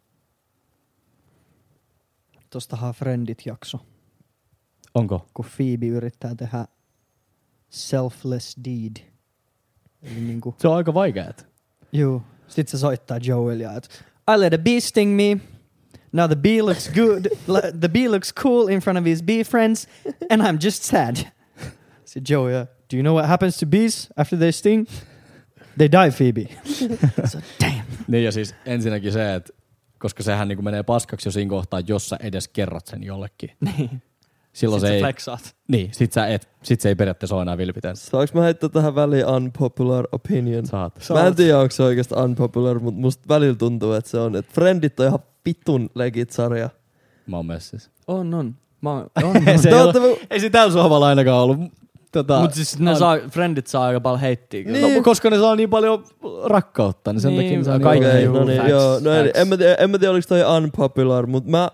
Tostahan Friendit-jakso, Onko? kun Phoebe yrittää tehdä selfless deed. Eli niinku, Se on aika vaikeet. juu. Sitten se soittaa Joelia, että I let a bee sting me. Now the bee looks good. The bee looks cool in front of his bee friends. And I'm just sad. Sitten Joey, do you know what happens to bees after they sting? They die, Phoebe. So, damn. Niin ja siis ensinnäkin se, että koska sehän niin kuin menee paskaksi jo siinä kohtaa, jos sä edes kerrot sen jollekin. Niin. Silloin Sitten se ei, flexaat. niin, sit sä et, sit se ei periaatteessa ole enää vilpitön. Saanko mä heittää tähän väliin unpopular opinion? Saat. Mä en tiedä, onko se oikeasti unpopular, mutta musta välillä tuntuu, että se on. Että Friendit on ihan vitun legit sarja. Mä oon messissä. On, on. Mä oon, on, on. Se ei, Te ootte ole, mu- ei se tällä sohvalla ainakaan ollut. Tota, Mut siis ne saa, Friendit saa aika paljon heittiä. Kyllä. Niin. no, koska ne saa niin paljon rakkautta, niin sen Niin, takia ne saa niin kaikki paljon- Okei, no niin, facts, joo. No eli, facts. en, mä tiedä, en mä tiedä, oliko toi unpopular, mutta mä...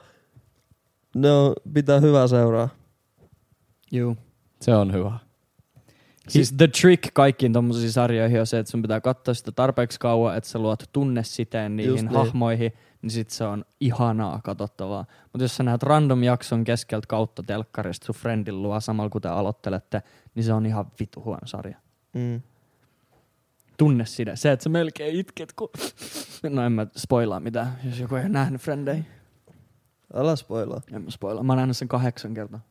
No, pitää hyvää seuraa. Juu. Se on hyvä. Siis the trick kaikkiin tommosiin sarjoihin on se, että sun pitää katsoa sitä tarpeeksi kauan, että sä luot tunnesiteen niihin Just niin. hahmoihin, niin sit se on ihanaa katsottavaa. Mutta jos sä näet random jakson keskeltä kautta telkkarista sun friendin luo samalla kun te aloittelette, niin se on ihan vitu huono sarja. Mm. Tunneside. Se, että sä melkein itket, kun... No en mä spoilaa mitään, jos joku ei ole nähnyt Friendei. Älä spoilaa. En mä spoilaa. Mä oon nähnyt sen kahdeksan kertaa.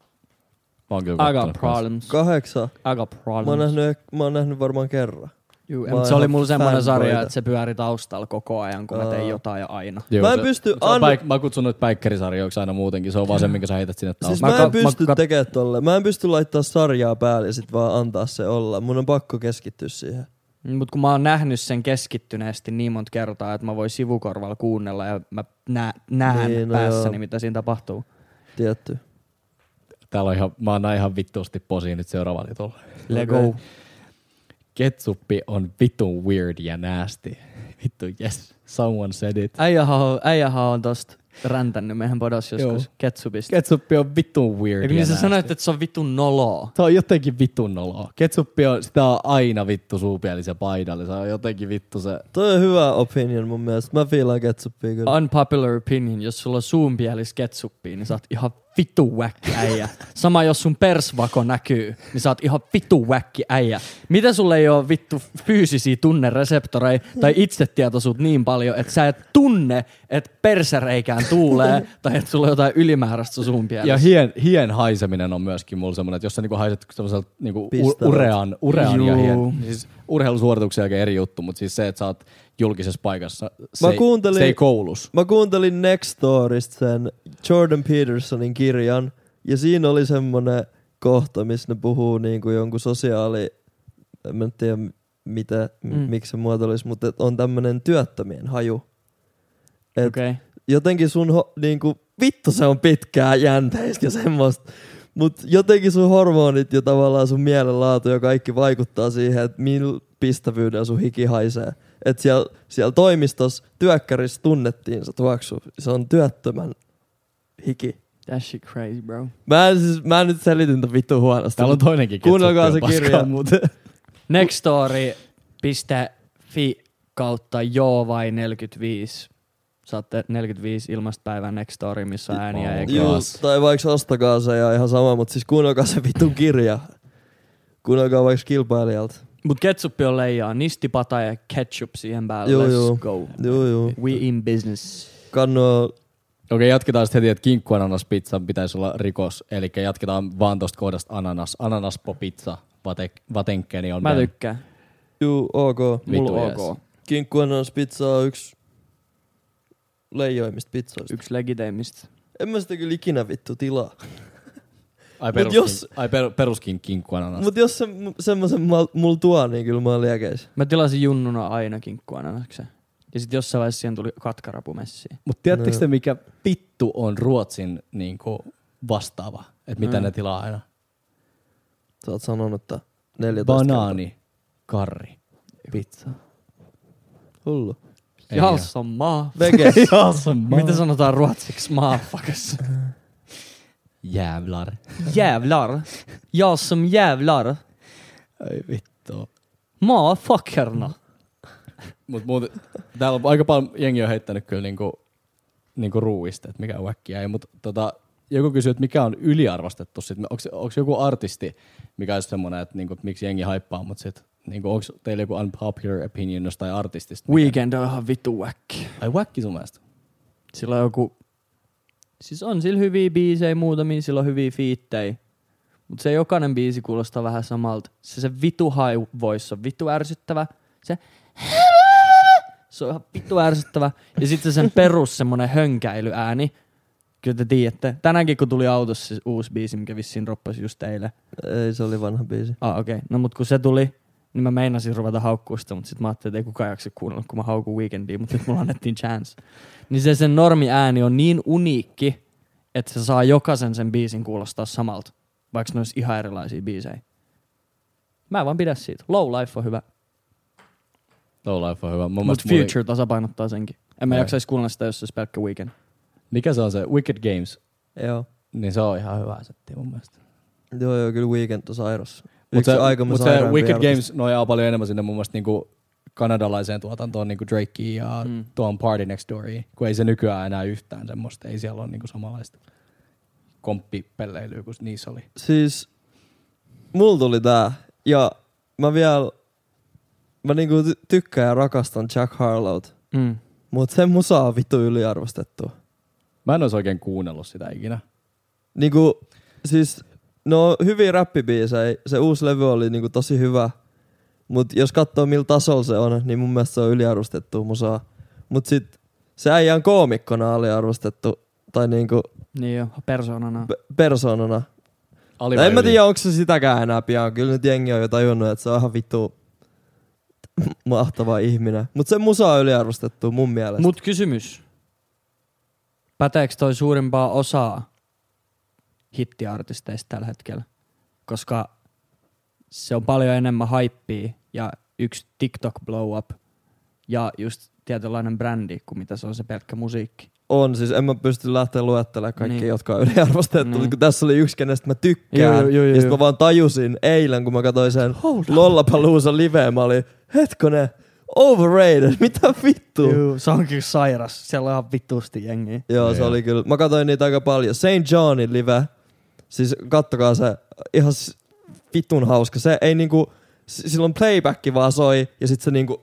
Mä oon kyllä I got kattonut kanssa. problems. Kahdeksan. I got problems. Mä oon nähnyt, mä oon nähnyt varmaan kerran. Juu, Mä mutta oon se oli ihan mulla semmoinen sarja, fanboyta. että se pyöri taustalla koko ajan, kun mä tein Aa. jotain ja aina. Joo, Mä en se- pysty se on an- päik- Mä kutsun noita päikkärisarjoiksi aina muutenkin. Se on vaan se, minkä sä heität sinne Siis taustalla. mä, Mä en kat- pysty mä kat- tekemään tolle. Mä en pysty laittaa sarjaa päälle ja sit vaan antaa se olla. Mun on pakko keskittyä siihen. Mutta kun mä oon nähnyt sen keskittyneesti niin monta kertaa, että mä voin sivukorvalla kuunnella ja mä nä- näen Niin, niin, no päässäni, joo. mitä siinä tapahtuu. Tietty. Täällä on ihan, mä oon näin ihan vittuusti posiin nyt seuraavalla jutulla. Lego. Okei. Ketsuppi on vitun weird ja nasty. Vittu, yes. Someone said it. Äijähän on, äijähän on tosta räntännyt meidän podos joskus Joo. ketsupista. Ketsuppi on vitun weird Ja kun ja niin sä nasty. sanoit, että se on vitun noloa. Se on jotenkin vitun noloa. Ketsuppi on, sitä on aina vittu suupielisen paidalla. Se on jotenkin vittu se... Toi on hyvä opinion mun mielestä. Mä fiilaan ketsuppia kyllä. Unpopular opinion, jos sulla on suunpielis ketsuppia, niin sä oot ihan vitu whack äijä. Sama jos sun persvako näkyy, niin sä oot ihan vitu whack äijä. Mitä sulle ei oo vittu fyysisiä tunnereseptoreja tai itsetietoisuutta niin paljon, että sä et tunne, että persereikään tuulee tai että sulla on jotain ylimääräistä sun suunpielessä. Ja hien, hien haiseminen on myöskin mulla semmonen, että jos sä niinku haiset semmoiselta niinku u- Pistävät. urean, urean ja Juu. hien. Siis urheilusuorituksen jälkeen eri juttu, mutta siis se, että sä oot julkisessa paikassa, se, Mä ei, kuuntelin- se ei koulus. Mä kuuntelin Nextorista sen Jordan Petersonin kirjan, ja siinä oli semmonen kohta, missä ne puhuu niinku jonkun sosiaali... Mä en tiedä mitä, mm. Mm. miksi se muotoilisi, mutta et on tämmönen työttömien haju. Et Okei. Okay. jotenkin sun ho, niinku, vittu se on pitkää jänteistä ja semmoista. Mut jotenkin sun hormonit ja tavallaan sun mielenlaatu ja kaikki vaikuttaa siihen, että millä pistävyydellä sun hiki haisee. Et siellä, siellä toimistossa työkkärissä tunnettiin se tuoksu. Se on työttömän hiki. That shit crazy, bro. Mä en, siis, mä en nyt selitin tämän vittu huonosti. Täällä on toinenkin Kuunnelkaa ketsuppi se on kirja. paskaa muuten. Nextstory piste fi kautta joo vai neljäkymmentäviisi. Saatte neljäkymmentäviisi ilmasta päivää Nextstory, missä on ääniä Oh. ja Juu, grass. tai vaikka ostakaa se ja ihan sama, mutta siis kuunnelkaa se vitun kirja. Kuunnelkaa vaikka kilpailijalta. Mut ketsuppi on leijaa. Nistipata ja ketchup siihen päälle. Juu, Let's juu. go. Juu, juu. We in business. Kannu Okei, jatketaan sitten heti, että kinkkuananaspizza pitäisi olla rikos. Eli jatketaan vaan tosta kohdasta ananas. Ananaspopizza. Vate, vatenkkeni on Mä bam. tykkään. juu, ok. Vittu Mulla jees. ok. Kinkkuananas pizza on yksi leijoimista pizzoista. Yksi legiteimmistä. En mä sitä kyllä ikinä vittu tilaa. Ai, Mut peruskin, jos- ai per, peruskin kinkkuananas. Mut jos se, semmosen mulla mul tuo, niin kyllä mä oon liekeis. Mä tilasin junnuna aina kinkkuananaksen. Ja sit jossain vaiheessa siihen tuli katkarapu messiin. Mut tiedättekö No. te, mikä vittu on Ruotsin niinku vastaava? Että mitä Mm. ne tilaa aina? Sä oot sanonut, että neljätoista Banaani, karri, pizza. Hullu. Ei Jals on maa. Veges. Miten sanotaan ruotsiksi maafakas? Jävlar. Jävlar. Jag som jävlar. Ei vittu. Maafuckerna. Mut muuten, täällä on aika paljon jengi on heittänyt kyllä niinku, niinku ruuista, että mikä on wäkkiä. Ei, mut tota, joku kysyy, että mikä on yliarvostettu. Onko joku artisti, mikä on semmoinen, että niinku, miksi jengi haippaa, mutta sit niinku, onko teillä joku unpopular opinion jostain artistista? mikä- Weekend on ihan vittu wäkki. Ai wäkki sun mielestä? Sillä on joku... Siis on sillä hyviä biisejä muutamia, sillä on hyviä fiittejä. Mut se jokainen biisi kuulostaa vähän samalta. Se se vitu high voice on vittu ärsyttävä. Se... Se on ihan vittu ärsyttävä. Ja sitten sen perus semmonen hönkäilyääni. Kyllä te tiedätte. Tänäänkin kun tuli autossa se uusi biisi, mikä vissiin roppasi just eilen. Ei, se oli vanha biisi. Ah okei. Okay. No mut kun se tuli, niin mä meinasin ruveta haukkuu sitä, mutta sit mä ajattelin, että ei kukaan jaksa kuunnella, kun mä haukun Weekendia, mutta nyt mulla annettiin chance. Niin se sen normi ääni on niin uniikki, että se saa jokaisen sen biisin kuulostaa samalta, vaikka ne olisi ihan erilaisia biisejä. Mä en vaan pidä siitä. Low Life on hyvä, Low Life on hyvä. Mun mutta mielestä Future tasapainottaa senkin. En mä Ei. jaksaisi kuunnella sitä, jos se olisi pelkkä Weekend. Mikä se on se? Wicked Games. Joo. Niin se on ihan hyvä setti mun mielestä. Joo, joo, kyllä Weekend on sairas. Mutta Yksi se, aikamme mut se sairaimpia Wicked artisteja. Games nojaa paljon enemmän sinne mun mielestä niinku kanadalaiseen tuotantoon niinku Drakeen ja Mm. tuon Party Next Dooriin, kun ei se nykyään enää yhtään semmoista. Ei siellä ole niinku samanlaista komppipelleilyä kuin niissä oli. Siis, mulla tuli tää. Ja mä vielä, mä niinku ty- tykkään ja rakastan Jack Harlowt. Mm. Mut sen musa on vittu yliarvostettu. Mä en ois oikein kuunnellut sitä ikinä. Niinku, siis, no hyviä räppibiisejä. Se uusi levy oli niinku tosi hyvä. Mut jos katsoo millä tasolla se on, niin mun mielestä se on yliarvostettu musaa. Mut sit se äijä on koomikkona aliarvostettu. Tai niinku Niin jo, persoonana. p- persoonana. Ali Tai en vai mä yli? tiedä, onko se sitäkään enää pian. Kyllä nyt jengi on jo tajunnut, että se on ihan vittu mahtava ihminen. Mut se musa on yliarvostettu mun mielestä. Mut kysymys. Päteekö toi suurimpaa osaa hittiartisteista tällä hetkellä? Koska se on paljon enemmän hypeä ja yksi TikTok blow up ja just tietynlainen brändi kuin mitä se on se pelkkä musiikki. On, siis en mä pysty lähteä luettelemaan kaikki, Niin. jotka on yliarvostettu. Niin. Kun tässä oli yksi, kenestä mä tykkään. Joo, joo, joo, ja sit joo. mä vaan tajusin eilen, kun mä katsoin sen Lollapalooza liveen. Mä olin, hetkonen, overrated, mitä vittu? Juu, se onkin sairas. Siellä on ihan vittuusti jengiä. Joo, Joo, se joo. oli kyllä. Mä katsoin niitä aika paljon. Saint Johnin live. Siis kattokaa se. Ihan s- vitun hauska. Se ei niinku, s- silloin playback vaan soi ja sit se niinku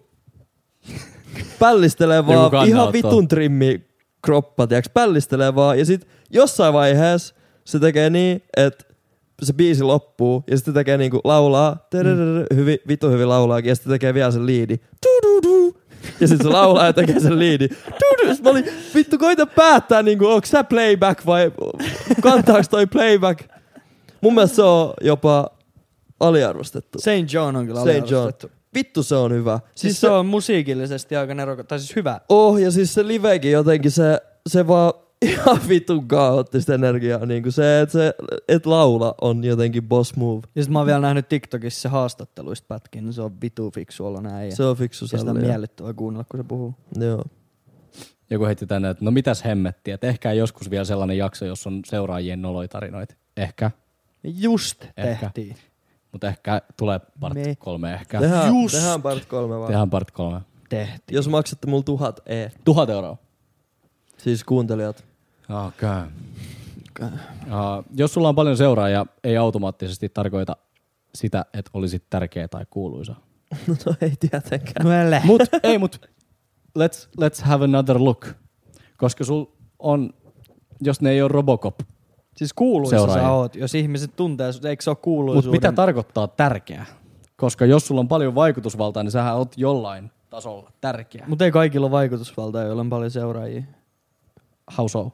pällistelee Joku vaan kannanotto. ihan vitun trimmi kroppa, tiiäks, pällistelee vaan ja sit jossain vaiheessa se tekee niin, että se biisi loppuu ja sitten tekee niinku laulaa, mm. hyvin, vitun hyvin laulaakin ja sitten tekee vielä sen liidi. Du-du-du. Ja sit se laulaa ja tekee sen liidi. Du-du. Sitten mä olin, vittu koita päättää niinku, onks sä playback vai kantaaks toi playback? Mun mielestä se on jopa aliarvostettu. Saint John on kyllä Saint John. aliarvostettu. Vittu se on hyvä. Siis se on musiikillisesti aika nerokas, tai siis hyvä. Oh, ja siis se livekin jotenkin, se, se vaan ihan vitun kaoottista energiaa. Niinku se, että se et laula on jotenkin boss move. Ja sit mä oon vielä nähnyt TikTokissa se haastatteluista pätkin, niin se on vitu fiksu olla näin. Se on fiksu ja sitä on sallia. miellyttävää kuunnella, kun se puhuu. Joo. Joku heitti tänne, että no mitäs hemmettiä, että ehkä joskus vielä sellainen jakso, jossa on seuraajien noloitarinoita. Ehkä, Just Ehkä. tehtiin. mutta ehkä tulee part Me- kolme ehkä. Tehdään, Just. tehdään part kolme vaan. Tehdään part kolme. Tehtiin. Jos maksatte mulle tuhat e, Tuhat euroa. siis kuuntelijat. Okay. Uh, jos sulla on paljon seuraajia, ei automaattisesti tarkoita sitä, että olisit tärkeä tai kuuluisa. No ei tietenkään. No älä. Mut ei, mut let's, let's have another look. Koska sul on, jos ne ei ole Robocop, Siis kuuluisa Seuraajia. sä oot. Jos ihmiset tuntee sut, eikö se ole mut kuuluisuuden? mitä tarkoittaa tärkeä? Koska jos sulla on paljon vaikutusvaltaa, niin sähän oot jollain tasolla tärkeä. Mut ei kaikilla ole vaikutusvaltaa, joilla on paljon seuraajia. How so?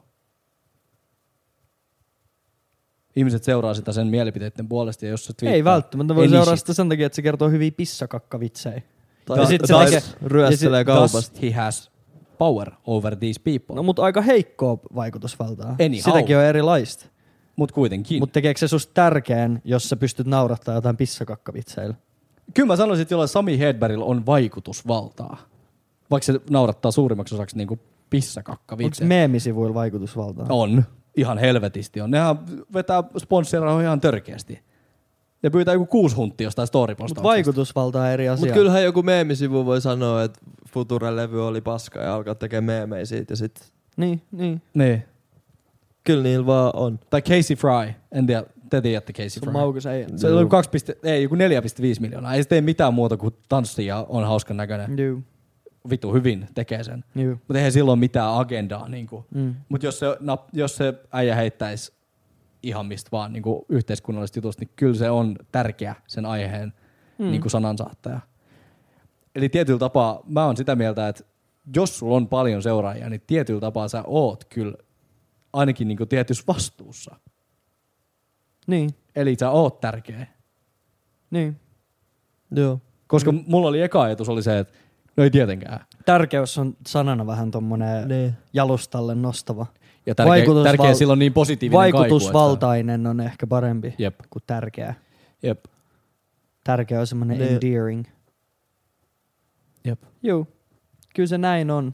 Ihmiset seuraa sitä sen mielipiteiden puolesta ja jos se twiittaa, Ei välttämättä voi ei seuraa nishi. sitä sen takia, että se kertoo hyviä pissakakkavitsejä. Tai, Ja sit se tai tekee- ryöstelee kaupasta. Thus he has power over these people. No mut aika heikkoa vaikutusvaltaa. Anyhow. Sitäkin on erilaista. Mut kuitenkin. Mut tekeekö se susta tärkeän, jos sä pystyt naurattaa jotain pissakakkavitseillä? Kyllä mä sanoisin, että jollain Sami Hedbergillä on vaikutusvaltaa. Vaikka se naurattaa suurimmaksi osaksi niinku Onko pissakakkavitseä. meemisivuilla vaikutusvaltaa? On. Ihan helvetisti on. Nehän vetää sponssirahoja ihan törkeästi. Ja pyytää joku kuusi hunttia jostain Mut storipostauksesta. vaikutusvalta on eri asia. Mut kyllähän joku meemisivu voi sanoa, että Future-levy oli paska ja alkaa tekemään meemejä siitä ja sit... Niin, niin. Niin. Kyllä niillä vaan on. Tai Casey Fry. En tiedä, te tiedätte Casey Se Fry. on maukas ei. Se oli kaksi piste, ei, joku neljä pilkku viisi miljoonaa. Ei se tee mitään muuta kuin tanssia ja on hauskan näköinen. Juu, Vittu hyvin tekee sen. juu. Mutta eihän silloin mitään agendaa. Niinku. Mm. Mutta jos se, nap, jos se äijä heittäisi ihan mistä vaan niinku yhteiskunnallisesta jutusta, niin kyllä se on tärkeä sen aiheen Mm. niinku sanansaattaja. Eli tietyllä tapaa mä oon sitä mieltä, että jos sulla on paljon seuraajia, niin tietyllä tapaa sä oot kyllä ainakin niinku tietyssä vastuussa. Niin, Eli sä oot tärkeä. niin. Joo. Koska mm. mulla oli eka ajatus oli se, että no ei tietenkään. Tärkeys on sanana vähän tommonen Niin. jalustalle nostava. Ja tärkeä, Vaikutusval- tärkeä silloin niin positiivinen Vaikutusvaltainen on ehkä parempi kaiku, että... kuin tärkeä. Jep, jep, Tärkeä on semmonen Ne- endearing. jep. Juu, kyllä se näin on.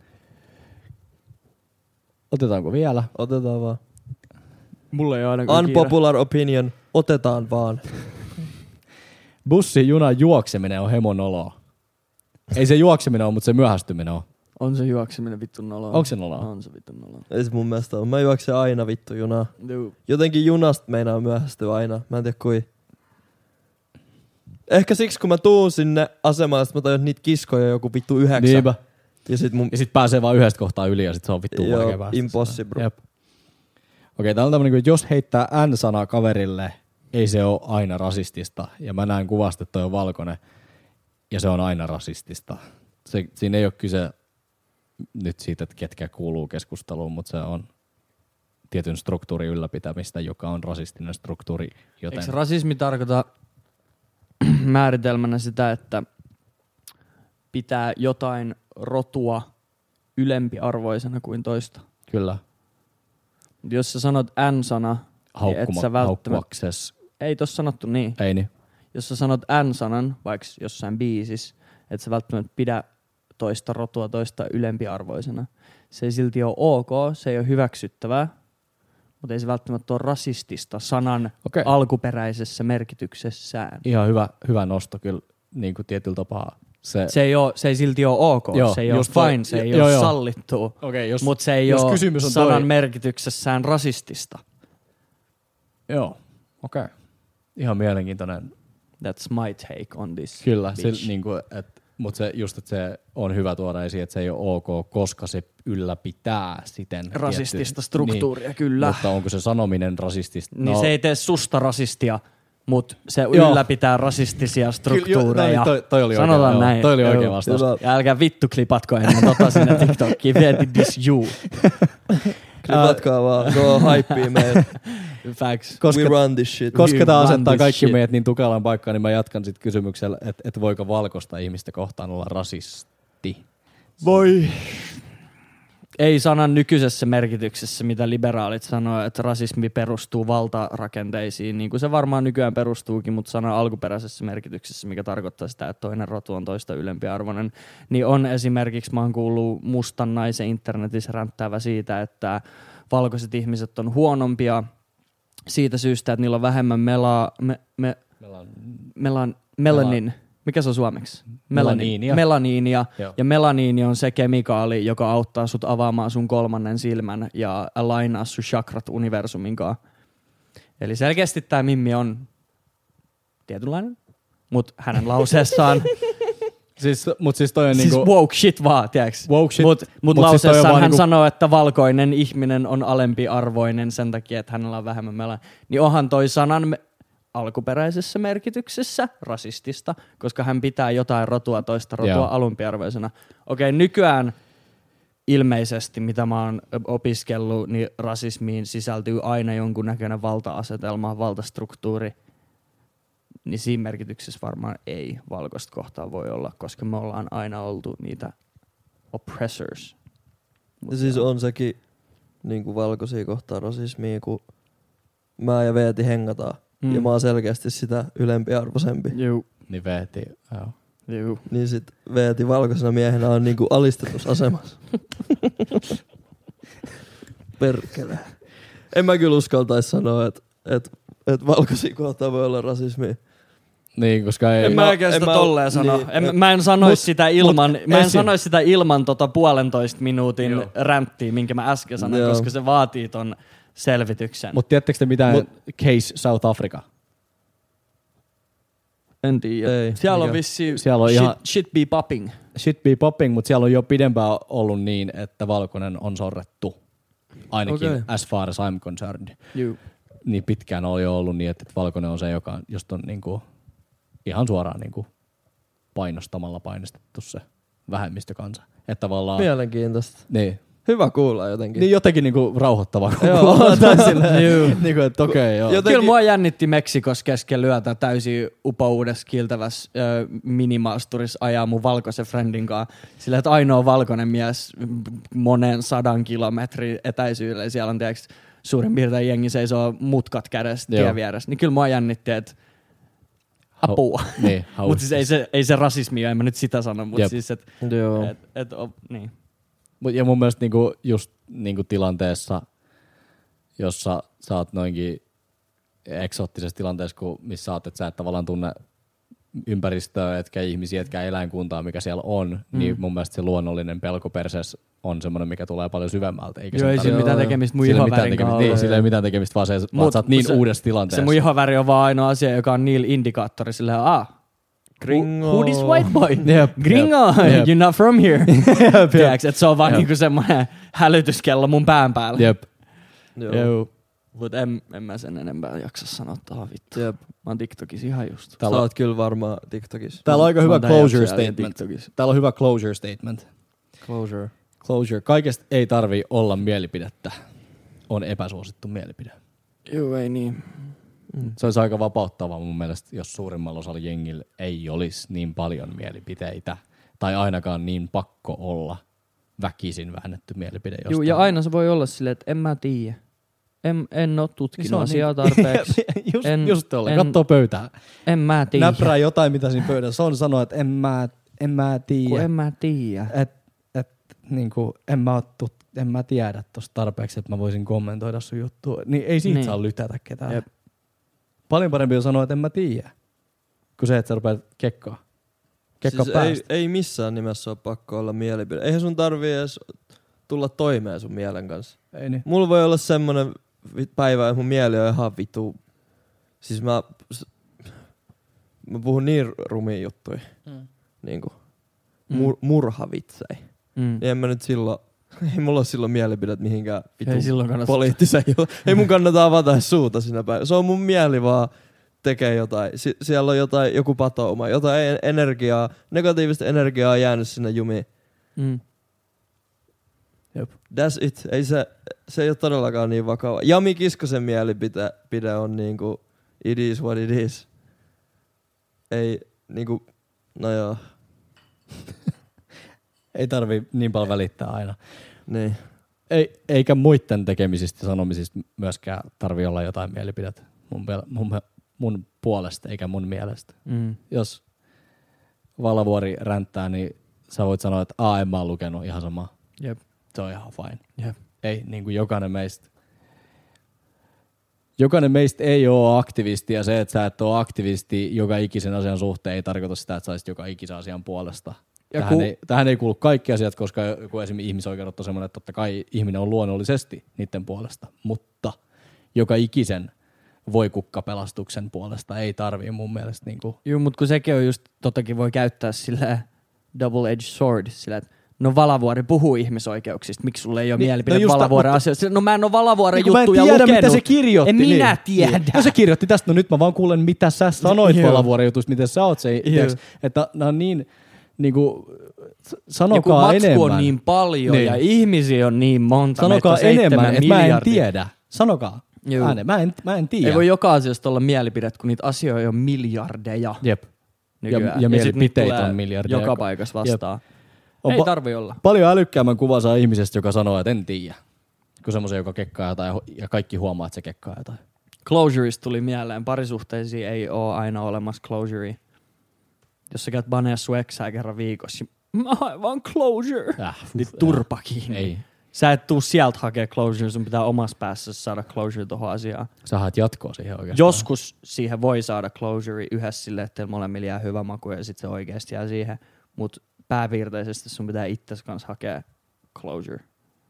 Otetaanko vielä? Otetaan vaan. Mulla ei ainakaan Unpopular opinion. Otetaan vaan. Bussi, juna, juokseminen on hemonoloa. Ei se juokseminen ole, mutta se myöhästyminen on. On se juokseminen vittu noloa. Onko se noloa? On se vittu noloa. Ei se mun mielestä ole. Mä juoksen aina vittu junaa. Juu. Jotenkin junasta meinaa myöhästyä aina. Mä en tiedä kui. Ehkä siksi kun mä tuun sinne asemalle, sit mä tajun, että niitä kiskoja on joku vittu yhdeksän. Niinpä. Ja sit mun... Ja sit pääsee vaan yhdestä kohtaa yli ja sit se on vittu Joo, vaikea päästä. impossible. Jep. Okei, täällä on tämmönen, että jos heittää N-sanaa kaverille, ei se ole aina rasistista. Ja mä näen kuvasta, että toi on valkoinen. Ja se on aina rasistista. Se, siinä ei ole kyse nyt siitä, että ketkä kuuluu keskusteluun, mutta se on tietyn struktuurin ylläpitämistä, joka on rasistinen struktuuri. Joten... Eikö rasismi tarkoita määritelmänä sitä, että pitää jotain rotua ylempiarvoisena kuin toista? Kyllä. Jos sä sanot N-sana, niin et Haukkuma, sä välttämättä... haukkuaksesi. Ei tossa sanottu niin. Ei niin. Jos sä sanot N-sanan, vaikka jossain biisissä, et sä välttämättä pidä toista rotua toista ylempiarvoisena. Se ei silti ole ok, se ei ole hyväksyttävää, mutta ei se välttämättä ole rasistista sanan Okei. alkuperäisessä merkityksessään. Ihan hyvä, hyvä nosto kyllä niin kuin tietyllä tapaa. Se, Se ei, ole, se ei silti ole ok, Joo, se ei ole just toi- fine, se ei joo, ole joo. sallittua, Okei, jos, mutta se ei jos ole kysymys on sanan toi- merkityksessään rasistista. Joo, okei. Okay. Ihan mielenkiintoinen. That's my take on this. Kyllä, se, bitch. niin kuin, et, mutta se, just, että se on hyvä tuoda esiin, että se ei ole ok, koska se ylläpitää siten. Rasistista tietty, struktuuria, niin, kyllä. Mutta onko se sanominen rasistista? Niin se ei tee susta rasistia, mutta se Joo. ylläpitää rasistisia Kyllä, jo, struktuureja. toi, toi oli Sanotaan oikein, näin. Joo, toi oli oikein Joo. vastaus. Hyvä. Ja älkää vittu klipatko ennen tota sinne TikTokiin. Vieti this you. Klipatkaa vaan. Go hypea meidän. Facts. Koska, We run this shit. koska We tämä run asettaa this kaikki shit. meidät niin tukalaan paikkaan, niin mä jatkan sitten kysymyksellä, että et voiko valkoista ihmistä kohtaan olla rasisti? Voi. Ei sanan nykyisessä merkityksessä, mitä liberaalit sanoo, että rasismi perustuu valtarakenteisiin, niin kuin se varmaan nykyään perustuukin, mutta sanan alkuperäisessä merkityksessä, mikä tarkoittaa sitä, että toinen rotu on toista ylempiarvoinen, niin on esimerkiksi, mä oon kuullut mustan naisen internetissä ränttäävä siitä, että valkoiset ihmiset on huonompia siitä syystä, että niillä on vähemmän mela, me, me, melan, melanin. Mikä se on suomeksi? Melaniinia. Melaniinia. Joo. Ja melaniini on se kemikaali, joka auttaa sut avaamaan sun kolmannen silmän ja lainaa sun chakrat universumin kanssa. Eli selkeästi tää Mimmi on tietynlainen, mut hänen lauseessaan... Siis, mut siis toi on siis niinku... woke shit vaan, tiiäks? Woke shit. Mut, mut, Mut siis lauseessaan toi on vaan hän niinku- sanoo, että valkoinen ihminen on alempiarvoinen sen takia, että hänellä on vähemmän melaniinia. Niin onhan toi sanan... Me- alkuperäisessä merkityksessä rasistista, koska hän pitää jotain rotua toista rotua Joo. alumpiarvoisena. Okei, nykyään ilmeisesti, mitä mä oon opiskellut, niin rasismiin sisältyy aina jonkunnäköinen valta-asetelma, valtastruktuuri. niin siinä merkityksessä varmaan ei valkoista kohtaa voi olla, koska me ollaan aina oltu niitä oppressors. Ja siis on sekin niinku valkoisia kohtaa rasismia, kun mä ja Veeti hengataan. Mm. Ja mä oon selkeästi sitä ylempiarvoisempi. Juu. Niin Veeti, joo. Juu. Niin sit Veeti valkoisena miehenä on niinku alistetusasemassa. Perkele. En mä kyllä uskaltais sanoa, että et, et valkoisia kohtaa voi olla rasismia. Niin, koska ei... En mä oikein sitä tolleen sano. Niin, en, mä en sanois sitä ilman, mä en sanois sitä ilman tota puolentoista minuutin Joo. ränttiä, minkä mä äsken sanoin, Joo. koska se vaatii ton selvityksen. Mut tiedättekö te mitään Mut, Case South Africa? En tiedä. Ei, siellä mikä? on vissi siellä on shit, ihan, shit be popping. Shit be popping, mutta siellä on jo pidempään ollut niin, että valkoinen on sorrettu. Ainakin okay. as far as I'm concerned. Juu. Niin pitkään on jo ollut niin, että valkoinen on se, joka just on niinku ihan suoraan niinku painostamalla painostettu se vähemmistökansa. Että tavallaan... Mielenkiintoista. Niin. Hyvä kuulla jotenkin. Niin jotenkin niinku rauhoittavaa. Joo. Niinku, että okei, okay, joo. Jotenkin... Kyllä mua jännitti Meksikos keskellä yötä täysin upouudessa kiiltävässä äh, minimaasturis ajaa mun valkoisen friendin kanssa. Sillä, että ainoa valkoinen mies monen sadan kilometrin etäisyydellä. Ja siellä on tiiäks, suurin piirtein jengi seisoo mutkat kädessä tien vieressä. Niin kyllä mua jännitti, että apua. Niin, mutta siis ei se, ei se rasismi, en mä nyt sitä sano, mutta siis että et, et, et, niin. Ja mun mielestä niinku just niinku tilanteessa, jossa sä oot noinkin eksoottisessa tilanteessa, kun missä sä oot, että sä et tavallaan tunne ympäristöä, etkä ihmisiä, etkä eläinkuntaa, mikä siellä on, mm. niin mun mielestä se luonnollinen pelko perseessä on semmoinen, mikä tulee paljon syvemmältä. Eikä Joo, ei sillä mitään tekemistä mun ihovärin kanssa. Niin, sillä ei mitään tekemistä, vaan se, vaan sä oot niin se, uudessa tilanteessa. Se mun ihoväri on vaan ainoa asia, joka on niillä indikaattori, silleen, ah, Gringo. Who, who this white boy? Yep, Gringo, yep. You're not from here. Yep, yep. Et se on vaan yep. niinku semmoinen hälytyskello mun pään päällä. Jep. Joo. Joo. Mut en, en mä sen enempää jaksa sanoa tohon vittu. Jep. Mä oon TikTokissa ihan just. Täällä Sä oot kyllä varmaan TikTokissa. Täällä on aika hyvä closure statement. Täällä on hyvä closure statement. Closure. Closure. Kaikesta ei tarvii olla mielipidettä. On epäsuosittu mielipide. Joo, ei niin. Mm. Se olisi aika vapauttavaa mun mielestä, jos suurimmalla osalla jengillä ei olisi niin paljon mielipiteitä. Tai ainakaan niin pakko olla väkisin väännetty mielipide jostain. Joo, ja aina se voi olla silleen, että en mä tiedä. En, en oo tutkinut niin asiaa niin. tarpeeksi. just en, just tolle, kattoo pöytää. En mä tiedä. Näprää jotain, mitä siinä pöydässä on, sanoo, että en mä, en mä tiedä. Kun en mä tiedä. Et, et, niinku, en mä tut, en mä tiedä tosta tarpeeksi, että mä voisin kommentoida sun juttua. Niin ei siitä niin. saa lytätä ketään. Jep. Paljon parempi on sanoa, että en mä tiedä, kuin se, että sä rupeat kekkaa. Kekkaa siis päästä. Ei, ei missään nimessä ole pakko olla mielipide. Eihän sun tarvii edes tulla toimeen sun mielen kanssa. Ei niin. Mulla voi olla semmonen päivä, että mun mieli on ihan vitu. Siis mä, mä puhun niin rumia juttuja. Mm. Niinku mur, murhavitsei. Mm. Niin en mä nyt silloin, ei mulla ole silloin mielipidet mihinkään vitu poliittiseen. Ei mun kannata avata suuta siinä päivänä. Se on mun mieli vaan tekee jotain. Si- siellä on jotain, joku patouma, jotain energiaa, negatiivista energiaa on jäänyt sinne jumiin. Mm. Jep. That's it. Ei se, se ei ole todellakaan niin vakava. Jami Kiskosen mielipide pide on niinku it is what it is. Ei niinku, no joo. Ei tarvii niin paljon välittää aina. Niin. Ei, eikä muiden tekemisistä ja sanomisista myöskään tarvii olla jotain mielipidettä mun, mun, mun puolesta eikä mun mielestä. Mm. Jos Valavuori ränttää, niin sä voit sanoa, että a, en mä oon lukenut ihan samaa. Jep. Se on ihan fine. Jep. Ei, niin kuin jokainen meistä. Jokainen meistä ei ole aktivisti ja se, että sä et ole aktivisti joka ikisen asian suhteen ei tarkoita sitä, että sä olisit joka ikisen asian puolesta. Tähän, ku... ei, tähän ei kuulu kaikki asiat, koska joku esimerkiksi ihmisoikeudet on semmoinen, että totta kai ihminen on luonnollisesti niiden puolesta, mutta joka ikisen voi kukkapelastuksen puolesta ei tarvii mun mielestä. Niin kuin... Joo, mutta kun sekin on just, totakin voi käyttää sillä double-edged sword, sillä että no Valavuori puhuu ihmisoikeuksista, miksi sulla ei ole niin, mielipide no Valavuoren ta- asioista? No mä en ole Valavuoren niin, juttuja lukenut. Mä en tiedä, mitä se kirjoitti. En niin. minä tiedä. Niin. No se kirjoitti tästä, no nyt mä vaan kuulen, mitä sä sanoit Valavuoren jutusta, miten sä oot se. Tiiäks, että nämä on niin, niinku, sanokaa enemmän. Ja kun on niin paljon niin. ja ihmisiä on niin monta. Sanokaa enemmän, että mä en tiedä. Sanokaa. Juu. Mä en, mä en, mä en tiedä. Ei voi joka asiasta olla mielipidet, kun niitä asioita on miljardeja. Jep. Nykyään. Ja, ja mielipiteitä tulee on miljardeja. joka paikassa vastaan. On Ei pa- tarvi olla. Paljon älykkäämmän kuva saa ihmisestä, joka sanoo, että en tiedä. Kuin semmoisen, joka kekkaa jotain ja kaikki huomaa, että se kekkaa jotain. Closureista tuli mieleen. Parisuhteisiin ei ole aina olemassa closurea. Jos sä käyt banea sun eksää kerran viikossa, mä haen vaan closure. Äh, Niin turpa kiinni. Ei. Sä et tuu sieltä hakea closure, sun pitää omassa päässä saada closure tohon asiaan. Sä haet jatkoa siihen oikeastaan. Joskus siihen voi saada closure yhdessä silleen, että teillä molemmilla jää hyvä maku ja sit se oikeesti jää siihen. Mut pääpiirteisesti sun pitää itses kanssa hakea closure.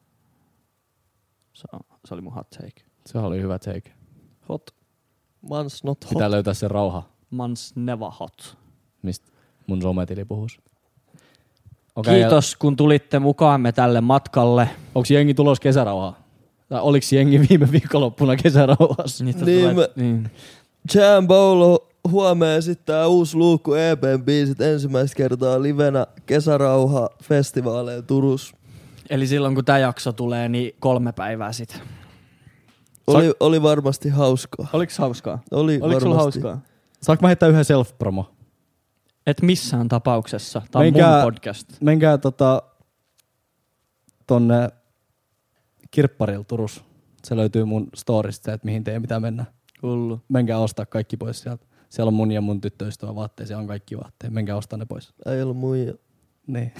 Se, se oli mun hot take. Se oli hyvä take. Hot. Man's not hot. Pitää löytää se rauha, Man's never hot. mistä mun sometili puhuis. Okay, Kiitos kun tulitte mukaamme tälle matkalle. Onks jengi tulos kesärauhaa? Tai oliks jengi viime viikonloppuna kesärauhassa? Niitä Niin, tulee, mä- niin. Jam Bolo huomenna esittää uusi luukku E P:n biisit ensimmäistä kertaa livenä Kesärauha-festivaaleilla Turussa. Eli silloin kun tää jakso tulee, niin kolme päivää sit. Oli, oli varmasti hauskaa. Oliks hauskaa? Oli Oliko sulla varmasti. hauskaa? Saanko mä heittää yhden self-promo? Et missään tapauksessa. Tää on Menkää- mun podcast. Menkää tota tonne Kirpparilla Turussa. Se löytyy mun storista, että mihin teidän pitää mennä. Hullu. Menkää ostaa kaikki pois sieltä. Siellä on mun ja mun tyttöystävän vaatteet, siellä on kaikki vaatteet. Menkää ostaa ne pois. Ei ollut muija. Niin.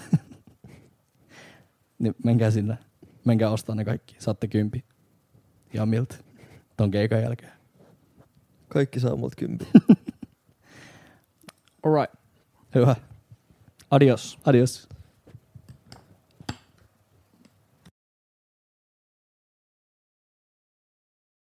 niin menkää sinne. Menkää ostaa ne kaikki. Saatte kympi. Ja miltä. Ton keikan jälkeen. Kaikki saa multa kympi. Alright. Hyvä. Adios. Adios.